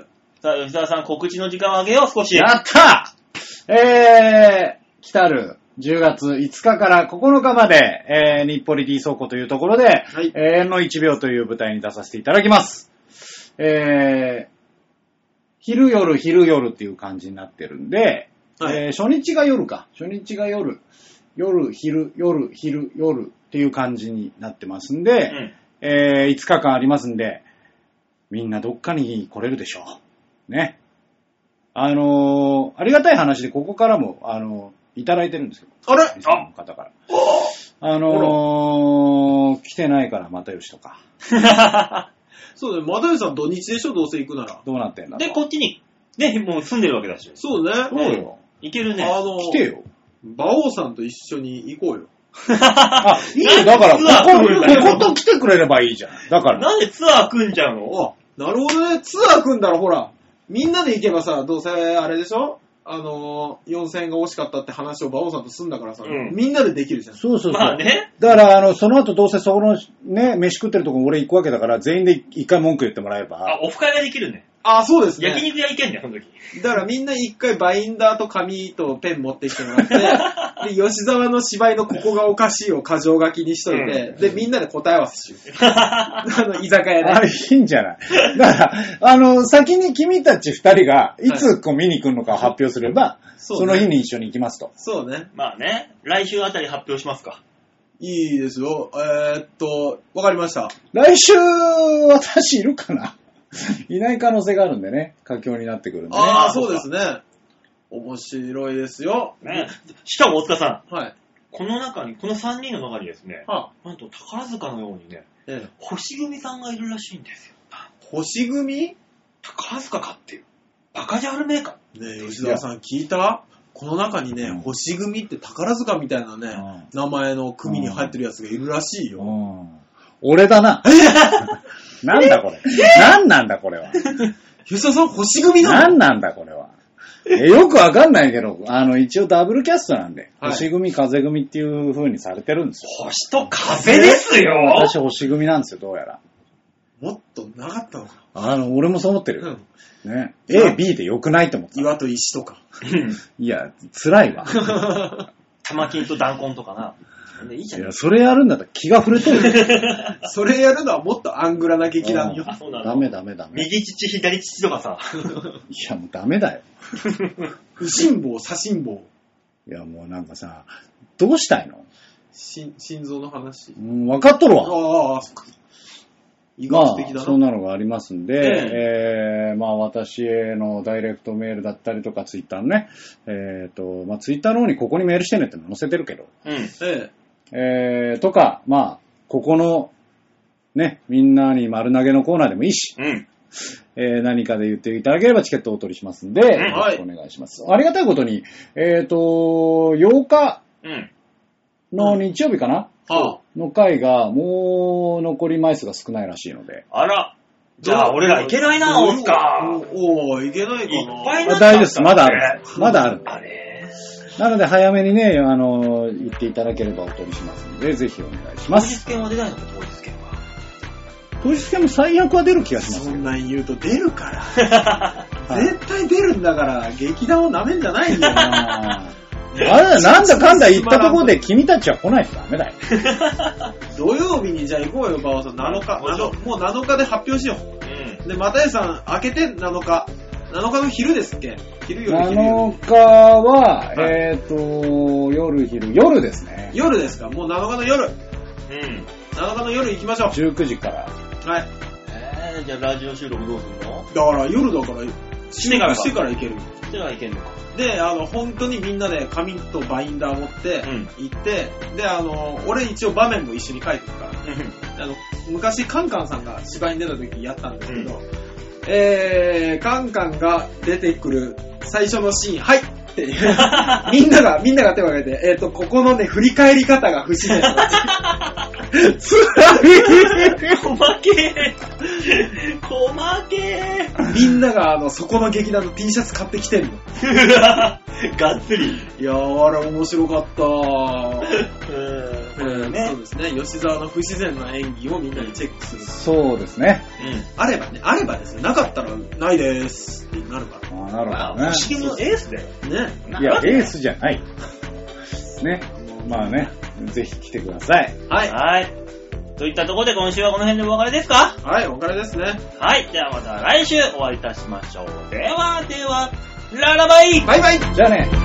さあ、吉沢さん、告知の時間をあげよう、少し。 やったーえー、来たるじゅうがついつかからここのかまで、えー、日暮里 D 倉庫というところで、はい、永遠のいちびょうという舞台に出させていただきます。えー、昼夜昼夜っていう感じになってるんで、はいえー、初日が夜か。初日が夜。夜、昼、夜、昼、夜っていう感じになってますんで、うんえー、いつかかんありますんで、みんなどっかに来れるでしょう。ね。あのー、ありがたい話でここからも、あのー、 いただいてるんですよ。 あれリスナーの方から。あのー、来てないから又吉とか。 そうだね、又吉さん土日でしょ、どうせ行くなら。 どうなってんだで、こっちに、ね、もう住んでるわけだし。 そうね。 そうよ。 行けるね。 あの、 来てよ。 馬王さんと一緒に行こうよ。 あ、いいよ、だから、ここ、ここと来てくれればいいじゃん。だから。 なんでツアー組んじゃうの？ あ、なるほどね。ツアー組んだらほら、みんなで行けばさ、どうせあれでしょ、あのー、よんせんえんが惜しかったって話を馬王さんとすんだからさ、うん、みんなでできるじゃん。 そうそうそう。 まあね。 だから、あの、その後どうせその、ね、飯食ってるとこ俺行くわけだから、全員で一回文句言ってもらえば。 あ、オフ会ができるね。 あ、そうですね。 焼肉屋行けんね、その時。 だからみんな一回バインダーと紙とペン持ってきてもらって、で、吉沢の芝居のここがおかしいを箇条書きにしといて、うん、で、みんなで答え合わせしよう。あの、居酒屋で。 あれ、いいんじゃない？だから、あの、先に君たち二人が、いつこう見に来るのか発表すれば、はい、そ, その日に一緒に行きますと。 そうね。 まあね、来週あたり発表しますか。 いいですよ。えー、っと、わかりました。 来週、私いるかないない可能性があるんでね、佳境になってくるんでね。 ああ、そうですね。面白いですよ。 ね、しかも大塚さん。はい。 この中に、このさんにんの中にですね、 はあ、なんと宝塚のようにね、ええ、星組さんがいるらしいんですよ。 星組？ 宝塚かっていう。バカじゃあるめえか。 ねえ、吉田さん聞いた？この中にね、うん、星組って宝塚みたいなね、うん、名前の組に入ってるやつがいるらしいよ。 うんうん、俺だな。なんだこれ。なんなんだこれは。 吉田さん星組なの？ なんなんだこれは。えよくわかんないけど、あの、一応ダブルキャストなんで、はい、星組、風組っていう風にされてるんですよ。 星と風ですよ。 私星組なんですよ、どうやら。 もっとなかったのか。 あの、俺もそう思ってるよ。うん、ね。A、B で良くないと思ってた。 岩と石とか。 いや、辛いわ。 玉金と弾痕とかな。いいじゃん。 いや、それやるんだったら気が触れとる。 それやるのはもっとアングラな劇団よ。 あ、そうなの。 ダメダメダメ。 右乳、左乳とかさ。 いや、もうダメだよ。 右心房、左心房。 いや、もうなんかさ、どうしたいの？ し心臓の話。 うん、分かっとるわ。 ああ、そっか。医学的だな。 まあ、そんなのがありますんで、えー、えー、まあ私へのダイレクトメールだったりとか、ツイッターのね、えっ、ー、と、まあツイッターの方にここにメールしてねっての載せてるけど、 うん。えええー、とか、まあ、ここの、ね、みんなに丸投げのコーナーでもいいし、 うん。 えー、何かで言っていただければチケットをお取りしますんで、うん、よろしくお願いします。はい、ありがたいことに、えっ、ー、と、ようかの日曜日かな、うん、の回が、もう残り枚数が少ないらしいので。 あら。じゃあ、俺らいけないな、大塚。 おー、いけないかな。 いっぱいなっちゃった。 大丈夫です。まだある。まだある。 あれなので、早めにね、あの、言っていただければお取りしますので、ぜひお願いします。 当日券は出ないのか、当日券は。 当日券も最悪は出る気がします。 そんなん言うと出るから。絶対出るんだから、劇団を舐めんじゃないんだよな。 あれだ、なんだかんだ言ったところで君たちは来ないとダメだよ。 土曜日にじゃあ行こうよ、馬場さん。なのか。あの、もうなのかで発表しよう。うん、で、又吉さん、開けてなのか。なのかの昼ですっけ？昼より昼。 なのかは、はい、えっ、ー、と、夜昼、夜ですね。 夜ですか？もうなのかの夜。 うん。 なのかの夜行きましょう。 じゅうくじから。 はい。 えー、じゃあラジオ収録どうするの？ だから夜だから、収録してから行ける。 してから行けるのか。 で、あの、本当にみんなで紙とバインダー持って行って、うん、で、あの、俺一応場面も一緒に書いてるから、あの、昔カンカンさんが芝居に出た時やったんですけど、うん、えー、カンカンが出てくる最初のシーン、はいっていう。みんなが、みんなが手を挙げて、えっ、ー、と、ここのね、振り返り方が不自然だ。つらい細けー細けーみんなが、あの、そこの劇団の T シャツ買ってきてんの。 がっつり。 いやー、あれ面白かったー。 うんね、 そうですね。吉沢の不自然な演技をみんなにチェックする。 そうですね。 うん。あればね、あればですね、なかったらないでーすってなるから。 ああ、なるほどね。 星組のエースだよ。 ね。 いや、エースじゃない。ね。まあね、ぜひ来てください。 はい。はい。といったところで今週はこの辺でお別れですか？ はい、お別れですね。 はい。ではまた来週お会いいたしましょう。ではでは、ララバイバイバイじゃあね。